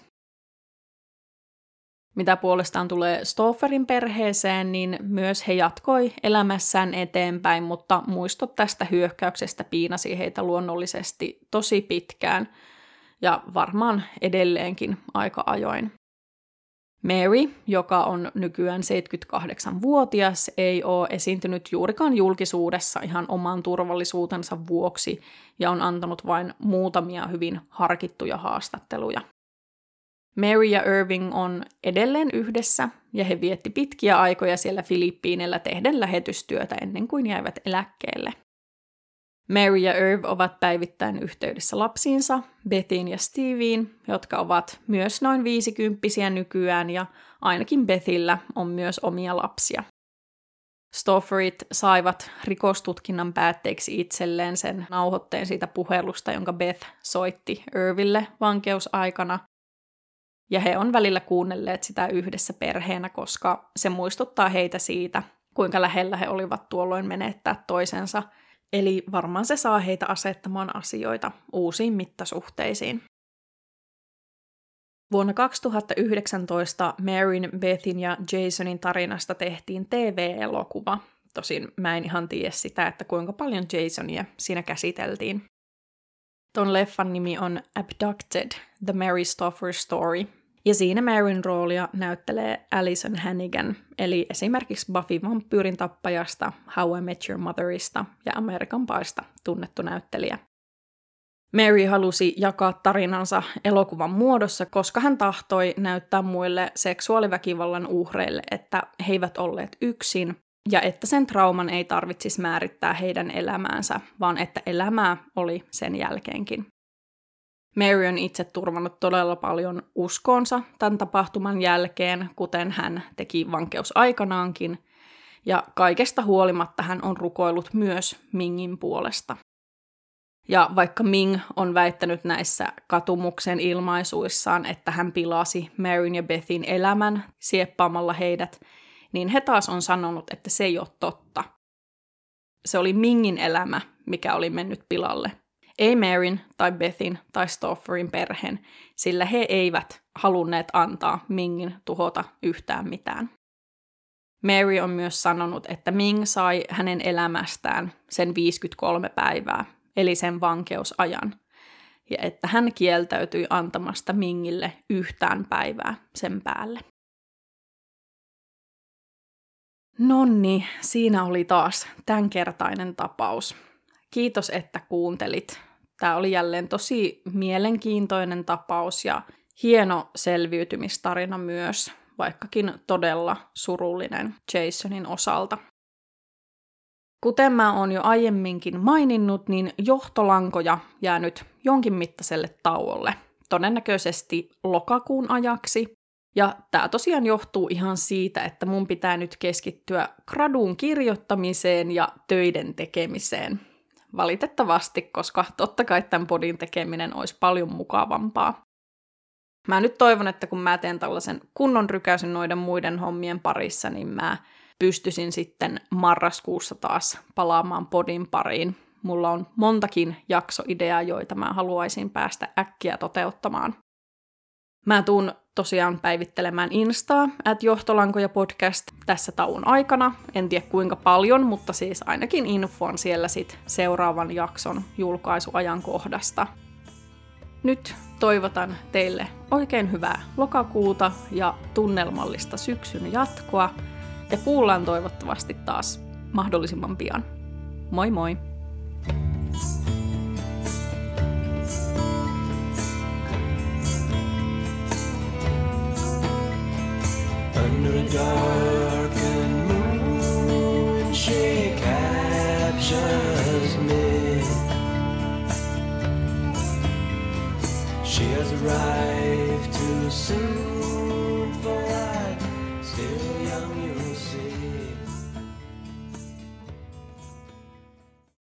Mitä puolestaan tulee Stofferin perheeseen, niin myös he jatkoi elämässään eteenpäin, mutta muistot tästä hyökkäyksestä piinasi heitä luonnollisesti tosi pitkään ja varmaan edelleenkin aika ajoin. Mary, joka on nykyään 78-vuotias, ei ole esiintynyt juurikaan julkisuudessa ihan oman turvallisuutensa vuoksi ja on antanut vain muutamia hyvin harkittuja haastatteluja. Mary ja Irving on edelleen yhdessä ja he vietti pitkiä aikoja siellä Filippiineillä tehden lähetystyötä ennen kuin jäivät eläkkeelle. Mary ja Irv ovat päivittäin yhteydessä lapsiinsa, Bethin ja Steveen, jotka ovat myös noin 50-vuotiaita nykyään ja ainakin Bethillä on myös omia lapsia. Stofferit saivat rikostutkinnan päätteeksi itselleen sen nauhoitteen siitä puhelusta, jonka Beth soitti Irville vankeusaikana. Ja he on välillä kuunnelleet sitä yhdessä perheenä, koska se muistuttaa heitä siitä, kuinka lähellä he olivat tuolloin menettää toisensa. Eli varmaan se saa heitä asettamaan asioita uusiin mittasuhteisiin. Vuonna 2019 Maryn, Bethin ja Jasonin tarinasta tehtiin TV-elokuva. Tosin mä en ihan tiedä sitä, että kuinka paljon Jasonia siinä käsiteltiin. Ton leffan nimi on Abducted, The Mary Stoffer Story. Ja siinä Maryn roolia näyttelee Alyson Hannigan, eli esimerkiksi Buffy vampyyrin tappajasta, How I Met Your Motherista ja American Piestä tunnettu näyttelijä. Mary halusi jakaa tarinansa elokuvan muodossa, koska hän tahtoi näyttää muille seksuaaliväkivallan uhreille, että he eivät olleet yksin, ja että sen trauman ei tarvitsisi määrittää heidän elämäänsä, vaan että elämää oli sen jälkeenkin. Mary on itse turvannut todella paljon uskonsa tämän tapahtuman jälkeen, kuten hän teki vankeusaikanaankin, ja kaikesta huolimatta hän on rukoillut myös Mingin puolesta. Ja vaikka Ming on väittänyt näissä katumuksen ilmaisuissaan, että hän pilasi Maryn ja Bethin elämän sieppaamalla heidät, niin he taas on sanonut, että se ei ole totta. Se oli Mingin elämä, mikä oli mennyt pilalle. Ei Maryn tai Bethin tai Stofferin perheen, sillä he eivät halunneet antaa Mingin tuhota yhtään mitään. Mary on myös sanonut, että Ming sai hänen elämästään sen 53 päivää, eli sen vankeusajan, ja että hän kieltäytyi antamasta Mingille yhtään päivää sen päälle. Nonni, siinä oli taas tämänkertainen tapaus. Kiitos, että kuuntelit. Tämä oli jälleen tosi mielenkiintoinen tapaus ja hieno selviytymistarina myös, vaikkakin todella surullinen Jasonin osalta. Kuten mä oon jo aiemminkin maininnut, niin johtolankoja jää nyt jonkin mittaiselle tauolle, todennäköisesti lokakuun ajaksi. Ja tää tosiaan johtuu ihan siitä, että mun pitää nyt keskittyä graduun kirjoittamiseen ja töiden tekemiseen. Valitettavasti, koska totta kai tämän podin tekeminen olisi paljon mukavampaa. Mä nyt toivon, että kun mä teen tällaisen kunnon rykäisen noiden muiden hommien parissa, niin mä pystyisin sitten marraskuussa taas palaamaan podin pariin. Mulla on montakin jaksoideaa, joita mä haluaisin päästä äkkiä toteuttamaan. Mä tuun tosiaan päivittelemään Instaa, @johtolankoja-podcast tässä tauon aikana. En tiedä kuinka paljon, mutta siis ainakin infoon siellä sit seuraavan jakson julkaisuajankohdasta. Nyt toivotan teille oikein hyvää lokakuuta ja tunnelmallista syksyn jatkoa. Ja kuullaan toivottavasti taas mahdollisimman pian. Moi moi! Under a darkened moon, she captures me. She has arrived too soon. young you